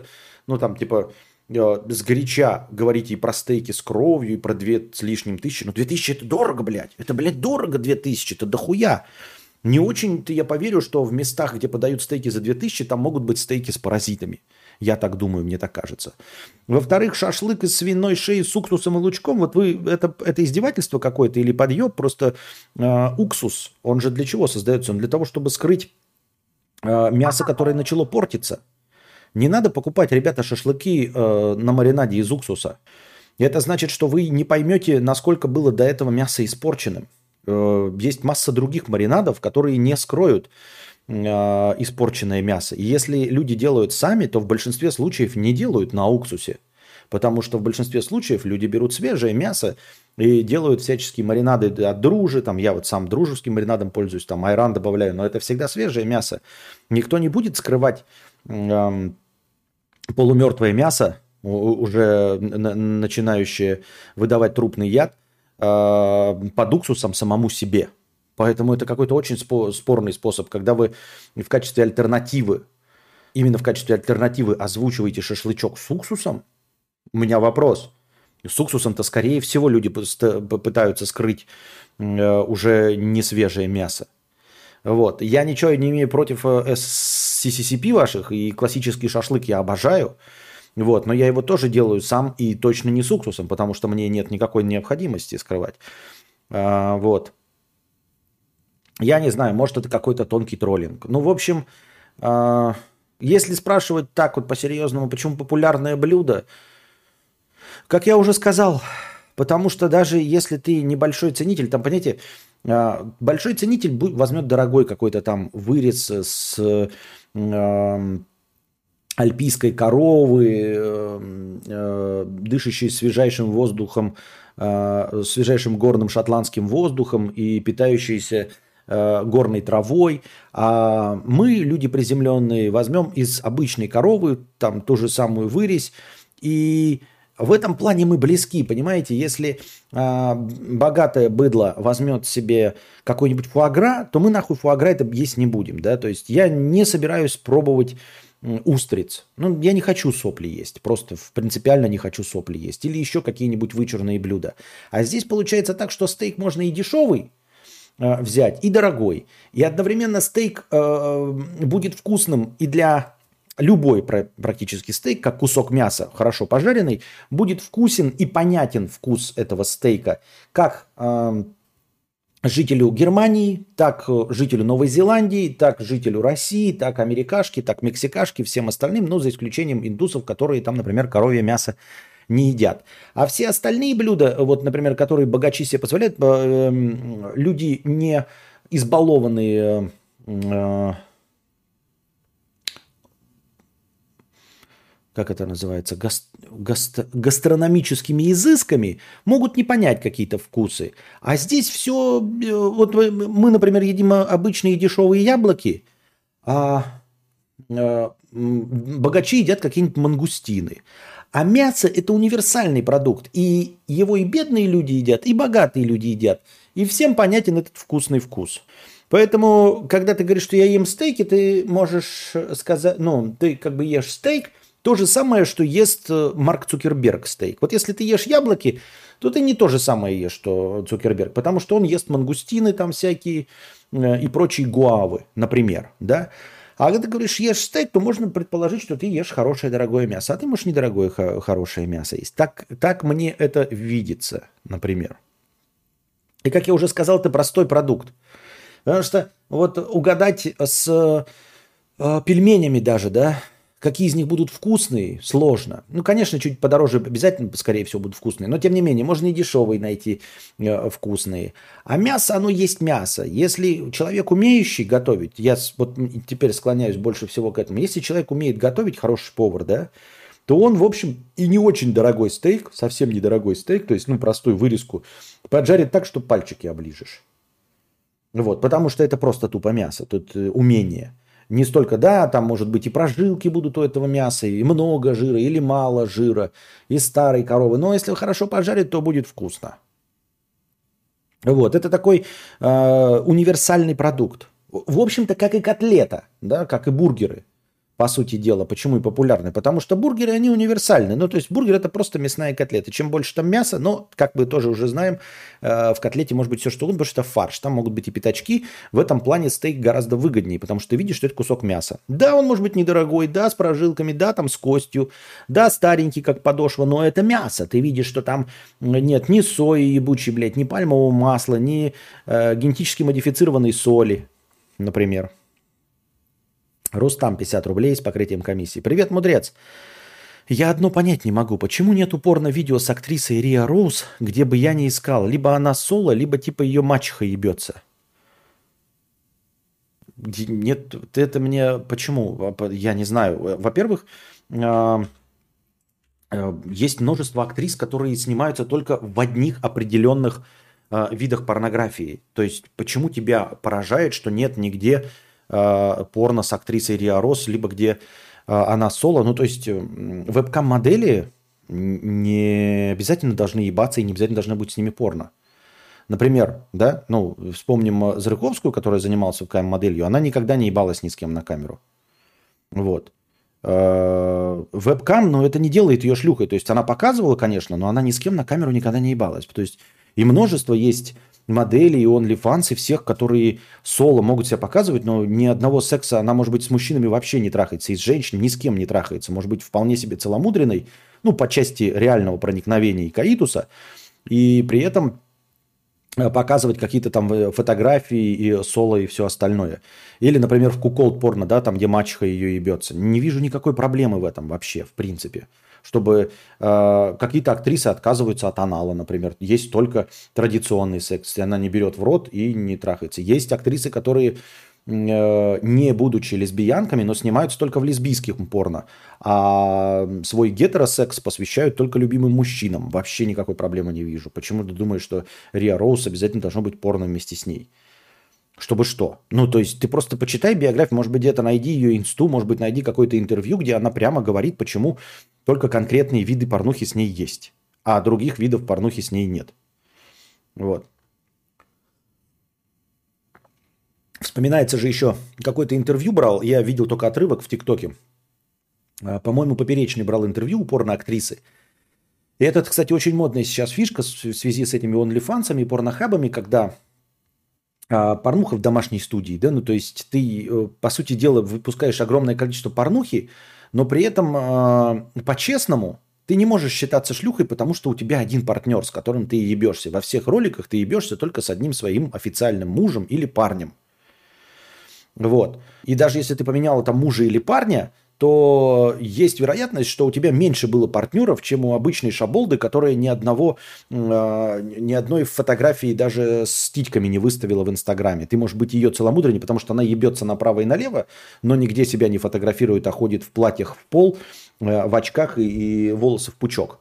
сгоряча говорите и про стейки с кровью, и про 2 с лишним тысячи. 2000 это дорого, блядь. Это, блядь, дорого 2000, это дохуя. Не очень-то я поверю, что в местах, где подают стейки за 2000, там могут быть стейки с паразитами. Я так думаю, мне так кажется. Во-вторых, шашлык из свиной шеи с уксусом и лучком. Вот вы, это издевательство какое-то или подъеб? Просто уксус, он же для чего создается? Он для того, чтобы скрыть мясо, которое начало портиться. Не надо покупать, ребята, шашлыки на маринаде из уксуса. Это значит, что вы не поймете, насколько было до этого мясо испорченным. Есть масса других маринадов, которые не скроют испорченное мясо. И если люди делают сами, то в большинстве случаев не делают на уксусе. Потому что в большинстве случаев люди берут свежее мясо и делают всяческие маринады от дружи. Там, я вот сам дружеским маринадом пользуюсь, там айран добавляю, но это всегда свежее мясо. Никто не будет скрывать полумертвое мясо, уже начинающее выдавать трупный яд, под уксусом самому себе. Поэтому это какой-то очень спорный способ, когда вы в качестве альтернативы, именно в качестве альтернативы озвучиваете шашлычок с уксусом. У меня вопрос. С уксусом-то, скорее всего, люди пытаются скрыть уже не свежее мясо. Вот. Я ничего не имею против CCCP ваших, и классический шашлык я обожаю. Вот. Но я его тоже делаю сам и точно не с уксусом, потому что мне нет никакой необходимости скрывать. Вот. Я не знаю, может, это какой-то тонкий троллинг. Ну, в общем, если спрашивать так вот по-серьезному, почему популярное блюдо, как я уже сказал, потому что даже если ты небольшой ценитель, там, понимаете, большой ценитель возьмет дорогой какой-то там вырез с альпийской коровы, дышащей свежайшим воздухом, свежайшим горным шотландским воздухом и питающейся горной травой, а мы, люди приземленные, возьмем из обычной коровы там ту же самую вырезь, и в этом плане мы близки, понимаете, если богатое быдло возьмет себе какой-нибудь фуагра, то мы нахуй фуагра это есть не будем, да, то есть я не собираюсь пробовать устриц, ну, я не хочу сопли есть, просто принципиально не хочу сопли есть, или еще какие-нибудь вычурные блюда, а здесь получается так, что стейк можно и дешевый взять, и дорогой. И одновременно стейк будет вкусным и для любой практически стейк, как кусок мяса, хорошо пожаренный, будет вкусен и понятен вкус этого стейка как жителю Германии, так жителю Новой Зеландии, так жителю России, так америкашки, так мексикашки, всем остальным, но за исключением индусов, которые там, например, коровье мясо не едят. А все остальные блюда, вот, например, которые богачи себе позволяют, люди не избалованные как это называется, гастрономическими изысками, могут не понять какие-то вкусы. А здесь все, вот мы, например, едим обычные дешевые яблоки, а богачи едят какие-нибудь мангустины. А мясо – это универсальный продукт. И его и бедные люди едят, и богатые люди едят. И всем понятен этот вкусный вкус. Поэтому, когда ты говоришь, что я ем стейки, ты можешь сказать, ну, ты как бы ешь стейк, то же самое, что ест Марк Цукерберг стейк. Вот если ты ешь яблоки, то ты не то же самое ешь, что Цукерберг, потому что он ест мангустины там всякие и прочие гуавы, например, да. А когда ты говоришь, ешь стейк, то можно предположить, что ты ешь хорошее дорогое мясо. А ты можешь недорогое хорошее мясо есть. Так мне это видится, например. И как я уже сказал, это простой продукт. Потому что вот угадать с пельменями даже, да, какие из них будут вкусные, сложно. Ну, конечно, чуть подороже обязательно, скорее всего, будут вкусные. Но, тем не менее, можно и дешевые найти вкусные. А мясо, оно есть мясо. Если человек умеющий готовить, я вот теперь склоняюсь больше всего к этому. Если человек умеет готовить, хороший повар, да, то он, в общем, и не очень дорогой стейк, совсем недорогой стейк, то есть, ну, простую вырезку, поджарит так, что пальчики оближешь. Вот, потому что это просто тупо мясо, тут умение. Не столько, да, там, может быть, и прожилки будут у этого мяса, и много жира, или мало жира, и старой коровы. Но если хорошо пожарить, то будет вкусно. Вот, это такой универсальный продукт. В общем-то, как и котлета, да, как и бургеры. по сути дела. Почему и популярны? Потому что бургеры, они универсальны. Ну, то есть бургер – это просто мясная котлета. Чем больше там мяса, но, как мы тоже уже знаем, в котлете может быть все что угодно, потому что это фарш. Там могут быть и пятачки. В этом плане стейк гораздо выгоднее, потому что ты видишь, что это кусок мяса. Да, он может быть недорогой, да, с прожилками, да, там с костью, да, старенький, как подошва, но это мясо. Ты видишь, что там нет ни сои ебучей, блядь, ни пальмового масла, ни генетически модифицированной соли, например. Рустам, 50 рублей с покрытием комиссии. Привет, мудрец. Я одно понять не могу. Почему нет упорно видео с актрисой Риа Роуз, где бы я не искал? Либо она соло, либо типа ее мачеха ебется. Нет, это мне... Почему? Я не знаю. Во-первых, есть множество актрис, которые снимаются только в одних определенных видах порнографии. То есть почему тебя поражает, что нет нигде порно с актрисой Риа Роуз, либо где она соло. Ну, то есть вебкам-модели не обязательно должны ебаться и не обязательно должны быть с ними порно. Например, да, ну, вспомним Зырковскую, которая занималась вебкам-моделью, она никогда не ебалась ни с кем на камеру. Вот. Вебкам, ну, это не делает ее шлюхой. То есть она показывала, конечно, но она ни с кем на камеру никогда не ебалась. То есть и множество есть моделей, и OnlyFans, и всех, которые соло могут себя показывать, но ни одного секса, она, может быть, с мужчинами вообще не трахается, и с женщинами ни с кем не трахается. Может быть, вполне себе целомудренной, ну, по части реального проникновения и каитуса, и при этом показывать какие-то там фотографии и соло и все остальное. Или, например, в куколд порно, да, там, где мачеха ее ебется. Не вижу никакой проблемы в этом вообще, в принципе. Чтобы какие-то актрисы отказываются от анала, например. Есть только традиционный секс, если она не берет в рот и не трахается. Есть актрисы, которые, не будучи лесбиянками, но снимаются только в лесбийских порно, а свой гетеросекс посвящают только любимым мужчинам. Вообще никакой проблемы не вижу. Почему ты думаешь, что Риа Роуз обязательно должно быть порно вместе с ней? Чтобы что? Ну, то есть ты просто почитай биографию, может быть, где-то найди ее инсту, может быть, найди какое-то интервью, где она прямо говорит, почему только конкретные виды порнухи с ней есть, а других видов порнухи с ней нет. Вот. Вспоминается же еще, какое-то интервью брал, я видел только отрывок в ТикТоке. По-моему, Поперечный брал интервью у порноактрисы. И это, кстати, очень модная сейчас фишка в связи с этими онлифансами и порнохабами, когда порнуха в домашней студии, да, ну то есть ты, по сути дела, выпускаешь огромное количество порнухи, но при этом по-честному ты не можешь считаться шлюхой, потому что у тебя один партнер, с которым ты ебешься. Во всех роликах ты ебешься только с одним своим официальным мужем или парнем. Вот. И даже если ты поменяла там мужа или парня, то есть вероятность, что у тебя меньше было партнеров, чем у обычной шаболды, которая ни одной фотографии даже с титьками не выставила в Инстаграме. Ты можешь быть ее целомудренней, потому что она ебется направо и налево, но нигде себя не фотографирует, а ходит в платьях в пол, в очках и волосы в пучок.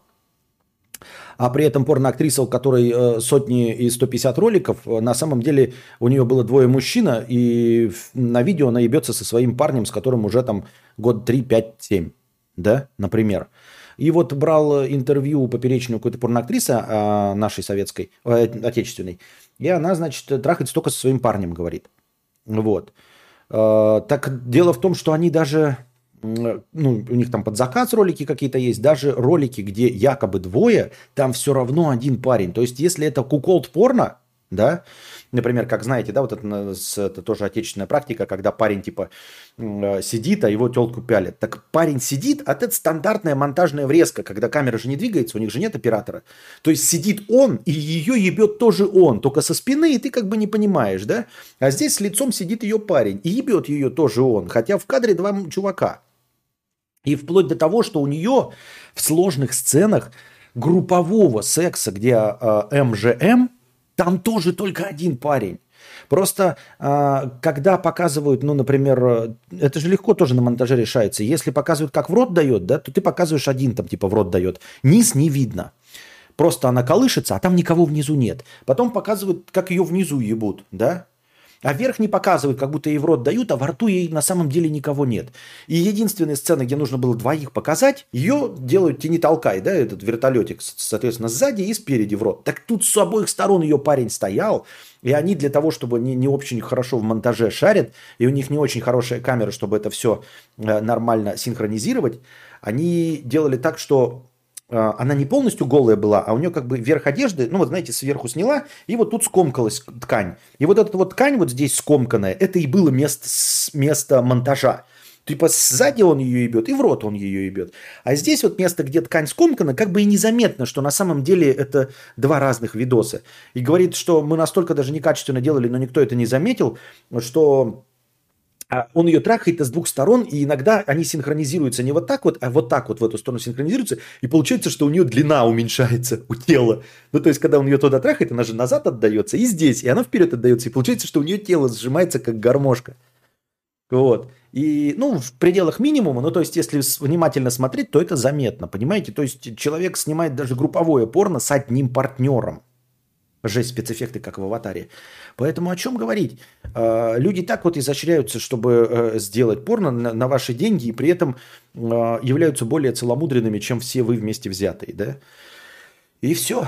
А при этом порноактриса, у которой сотни и 150 роликов, на самом деле у нее было двое мужчин, и на видео она ебется со своим парнем, с которым уже там год 3, 5, 7, да, например. И вот брал интервью у Поперечной какой-то порноактрисы нашей советской, отечественной, и она, значит, трахается только со своим парнем, говорит. Вот. Так дело в том, что они даже... Ну, у них там под заказ ролики какие-то есть, даже ролики, где якобы двое, там все равно один парень. То есть, если это куколд порно, да, например, как знаете, да, вот это тоже отечественная практика, когда парень типа сидит, а его телку пялит. Так парень сидит, а это стандартная монтажная врезка, когда камера же не двигается, у них же нет оператора. То есть сидит он, и ее ебет тоже он, только со спины, и ты как бы не понимаешь, да? А здесь с лицом сидит ее парень, и ебет ее тоже он, хотя в кадре два чувака. И вплоть до того, что у нее в сложных сценах группового секса, где МЖМ, там тоже только один парень. Просто когда показывают, ну, например, это же легко тоже на монтаже решается. Если показывают, как в рот дает, да, то ты показываешь один, там, типа в рот дает. Низ не видно. Просто она колышется, а там никого внизу нет. Потом показывают, как ее внизу ебут, да. А вверх не показывают, как будто ей в рот дают, а во рту ей на самом деле никого нет. И единственная сцена, где нужно было двоих показать, ее делают тяни толкай, да, этот вертолетик, соответственно, сзади и спереди в рот. Так тут с обоих сторон ее парень стоял, и они для того, чтобы не очень хорошо в монтаже шарят, и у них не очень хорошая камера, чтобы это все нормально синхронизировать, они делали так, что она не полностью голая была, а у нее как бы верх одежды, ну вот знаете, сверху сняла, и вот тут скомкалась ткань. И вот эта вот ткань вот здесь скомканная, это и было место монтажа. Типа сзади он ее ебет, и в рот он ее ебет. А здесь вот место, где ткань скомкана, как бы и незаметно, что на самом деле это два разных видоса. И говорит, что мы настолько даже некачественно делали, но никто это не заметил, что он ее трахает с двух сторон, и иногда они синхронизируются не вот так вот, а вот так вот в эту сторону синхронизируются, и получается, что у нее длина уменьшается у тела. Ну, то есть, когда он ее туда трахает, она же назад отдается, и здесь, и она вперед отдается, и получается, что у нее тело сжимается, как гармошка. Вот. И, ну, в пределах минимума, ну, то есть, если внимательно смотреть, то это заметно, понимаете? То есть, человек снимает даже групповое порно с одним партнером. Жесть, спецэффекты, как в «Аватаре». Поэтому о чем говорить? Люди так вот изощряются, чтобы сделать порно на ваши деньги, и при этом являются более целомудренными, чем все вы вместе взятые, да? И все.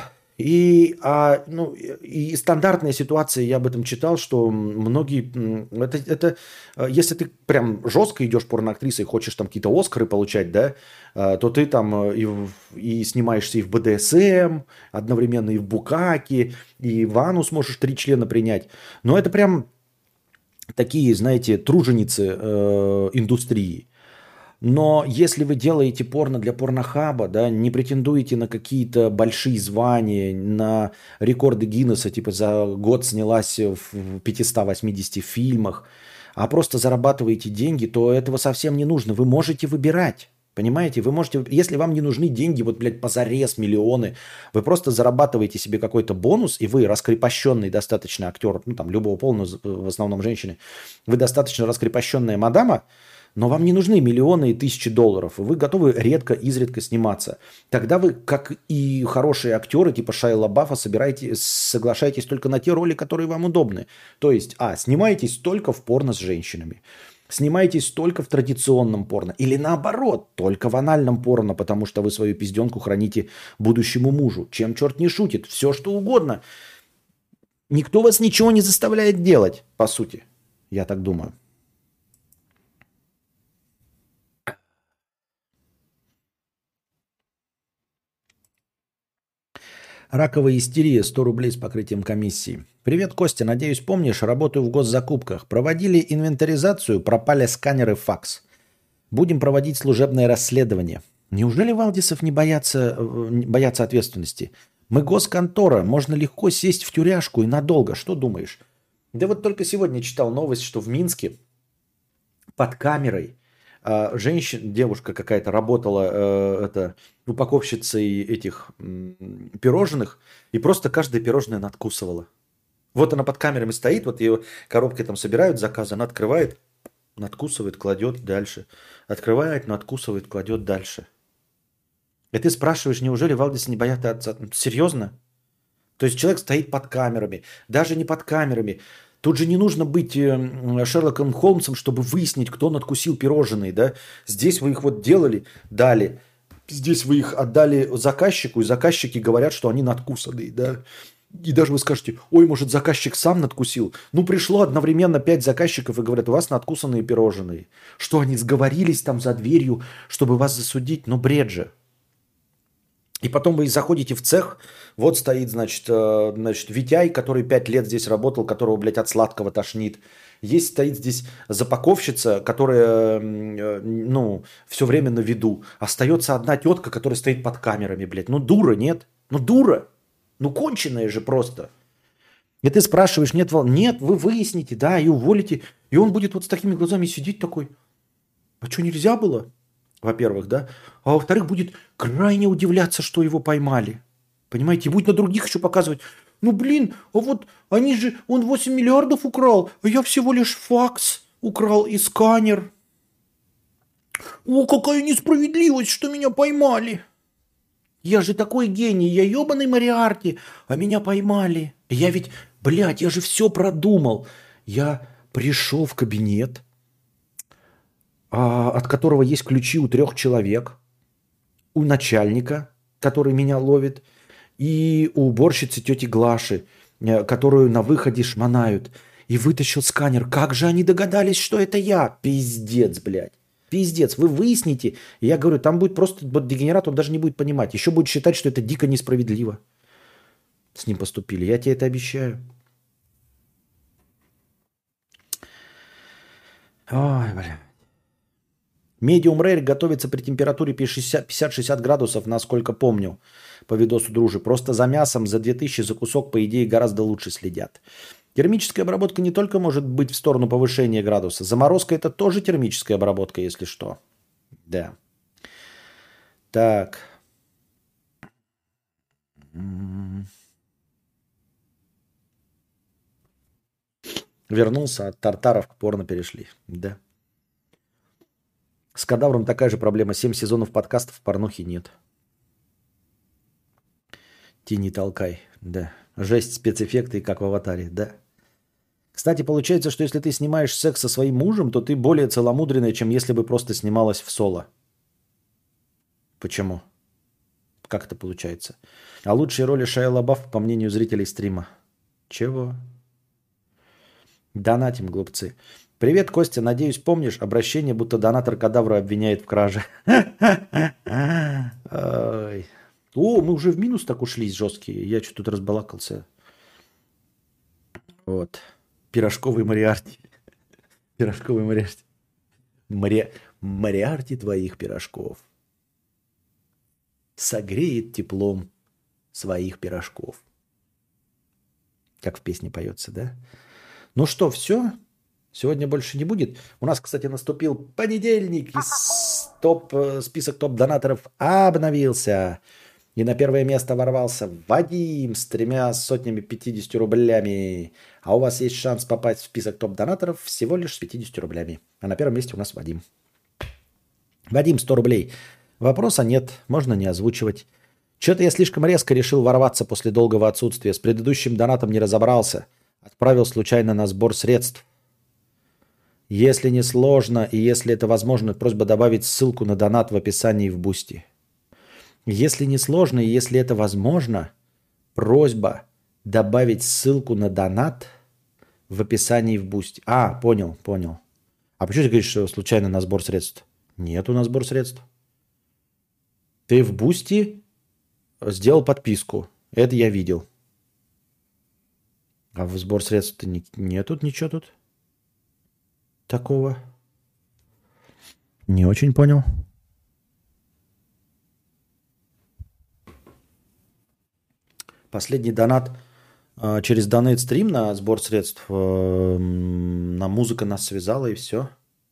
И стандартная ситуация, я об этом читал, что многие... если ты прям жестко идешь порноактрисой и хочешь там какие-то Оскары получать, да, то ты там и снимаешься и в БДСМ, одновременно и в букаке, и в анус можешь 3 члена принять. Но это прям такие, знаете, труженицы индустрии. Но если вы делаете порно для порнохаба, да, не претендуете на какие-то большие звания, на рекорды Гиннесса, типа за год снялась в 580 фильмах, а просто зарабатываете деньги, то этого совсем не нужно. Вы можете выбирать. Понимаете, вы можете, если вам не нужны деньги, вот, блядь, позарез, миллионы, вы просто зарабатываете себе какой-то бонус, и вы раскрепощенный достаточно актер, ну, там, любого пола, в основном женщины, вы достаточно раскрепощенная мадама, но вам не нужны миллионы и тысячи долларов, и вы готовы редко, изредка сниматься. Тогда вы, как и хорошие актеры, типа Шайа Лабафа, соглашаетесь только на те роли, которые вам удобны. То есть, снимаетесь только в порно с женщинами. Снимаетесь только в традиционном порно. Или наоборот, только в анальном порно, потому что вы свою пизденку храните будущему мужу. Чем черт не шутит, все что угодно. Никто вас ничего не заставляет делать, по сути. Я так думаю. Раковая истерия, 100 рублей с покрытием комиссии. Привет, Костя, надеюсь, помнишь, работаю в госзакупках. Проводили инвентаризацию, пропали сканеры факс. Будем проводить служебное расследование. Неужели Валдисов не боятся ответственности? Мы госконтора, можно легко сесть в тюряшку и надолго. Что думаешь? Да вот только сегодня читал новость, что в Минске под камерой девушка какая-то работала упаковщицей этих пирожных, и просто каждое пирожное надкусывала. Вот она под камерами стоит, вот ее коробки там собирают заказы, она открывает, надкусывает, кладет дальше. Открывает, надкусывает, кладет дальше. И ты спрашиваешь, неужели Валдис не боятся отца? Серьезно? То есть человек стоит под камерами, даже не под камерами. Тут же не нужно быть Шерлоком Холмсом, чтобы выяснить, кто надкусил пирожные, да? Здесь вы их вот делали, дали. Здесь вы их отдали заказчику, и заказчики говорят, что они надкусанные, да? И даже вы скажете, ой, может, заказчик сам надкусил? Ну, пришло одновременно 5 заказчиков и говорят, у вас надкусанные пирожные. Что, они сговорились там за дверью, чтобы вас засудить? Ну, бред же. И потом вы заходите в цех, вот стоит, значит, Витяй, который 5 лет здесь работал, которого, блядь, от сладкого тошнит. Есть, стоит здесь запаковщица, которая, все время на виду. Остается одна тетка, которая стоит под камерами, блядь. Ну, дура, нет? Ну, дура. Ну, конченая же просто. И ты спрашиваешь, нет, вы выясните, да, и уволите. И он будет вот с такими глазами сидеть такой, а что, нельзя было? Во-первых, да. А во-вторых, будет крайне удивляться, что его поймали. Понимаете? И будет на других еще показывать. Ну, блин, а вот он 8 миллиардов украл, а я всего лишь факс украл и сканер. О, какая несправедливость, что меня поймали. Я же такой гений, я ебаный Мориарти, а меня поймали. Я ведь, блядь, я же все продумал. Я пришел в кабинет, от которого есть ключи у 3 человек, у начальника, который меня ловит, и у уборщицы тети Глаши, которую на выходе шмонают. И вытащил сканер. Как же они догадались, что это я? Пиздец, блядь. Пиздец. Вы выясните. И я говорю, там будет просто дегенерат, он даже не будет понимать. Еще будет считать, что это дико несправедливо. С ним поступили. Я тебе это обещаю. Ой, бля. Medium Rare готовится при температуре 50-60 градусов, насколько помню, по видосу Дружи. Просто за мясом, за 2000 за кусок, по идее, гораздо лучше следят. Термическая обработка не только может быть в сторону повышения градуса. Заморозка – это тоже термическая обработка, если что. Да. Так. Вернулся, от тартаров к порно перешли. Да. С кадавром такая же проблема. 7 сезонов подкастов, порнухи нет. Тяни толкай. Да. Жесть, спецэффекты, как в аватаре. Да. Кстати, получается, что если ты снимаешь секс со своим мужем, то ты более целомудренная, чем если бы просто снималась в соло. Почему? Как это получается? А лучшие роли Шайа Лабаф, по мнению зрителей стрима. Чего? Донатим, глупцы. Привет, Костя. Надеюсь, помнишь обращение, будто донатор кадавра обвиняет в краже. О, мы уже в минус так ушли жесткие. Я что-то тут разбалакался. Вот. Пирожковый Мариарти. Пирожковый Мариарти. Мариарти твоих пирожков согреет теплом своих пирожков. Как в песне поется, да? Ну что, все? Сегодня больше не будет. У нас, кстати, наступил понедельник, и список топ-донаторов обновился. И на первое место ворвался Вадим с 350 рублями. А у вас есть шанс попасть в список топ-донаторов всего лишь с 50 рублями. А на первом месте у нас Вадим. Вадим, 100 рублей. Вопроса нет, можно не озвучивать. Что-то я слишком резко решил ворваться после долгого отсутствия. С предыдущим донатом не разобрался. Отправил случайно на сбор средств. Если не сложно и если это возможно, просьба добавить ссылку на донат в описании в Бусти. Если не сложно и если это возможно, просьба добавить ссылку на донат в описании в Бусти. А, понял. А почему ты говоришь, что случайно на сбор средств? Нету на сбор средств. Ты в Бусти сделал подписку. Это я видел. А в сбор средств нету ничего тут такого. Не очень понял. Последний донат через Donate стрим на сбор средств. На музыка нас связала и все.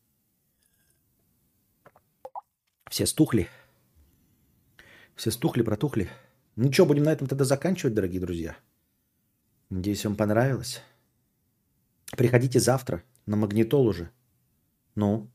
Все стухли. Все стухли, протухли. Ну что, будем на этом тогда заканчивать, дорогие друзья. Надеюсь, вам понравилось. Приходите завтра на магнитолу же. Ну?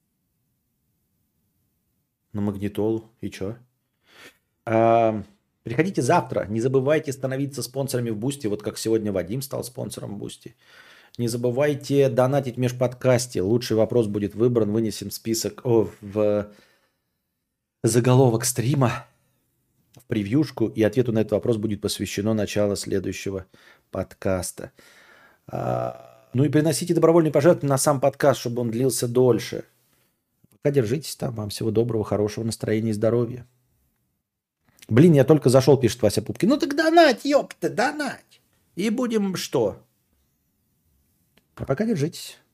На магнитолу. И что? Приходите завтра. Не забывайте становиться спонсорами в Бусти. Вот как сегодня Вадим стал спонсором Бусти. Не забывайте донатить в межподкасте. Лучший вопрос будет выбран. Вынесем список в заголовок стрима. В превьюшку, и ответу на этот вопрос будет посвящено начало следующего подкаста. Ну и приносите добровольные пожертвования на сам подкаст, чтобы он длился дольше. Пока держитесь там. Вам всего доброго, хорошего настроения и здоровья. Блин, я только зашел, пишет Вася Пупкин. Ну так донать, ёпта, донать. И будем что? А пока держитесь.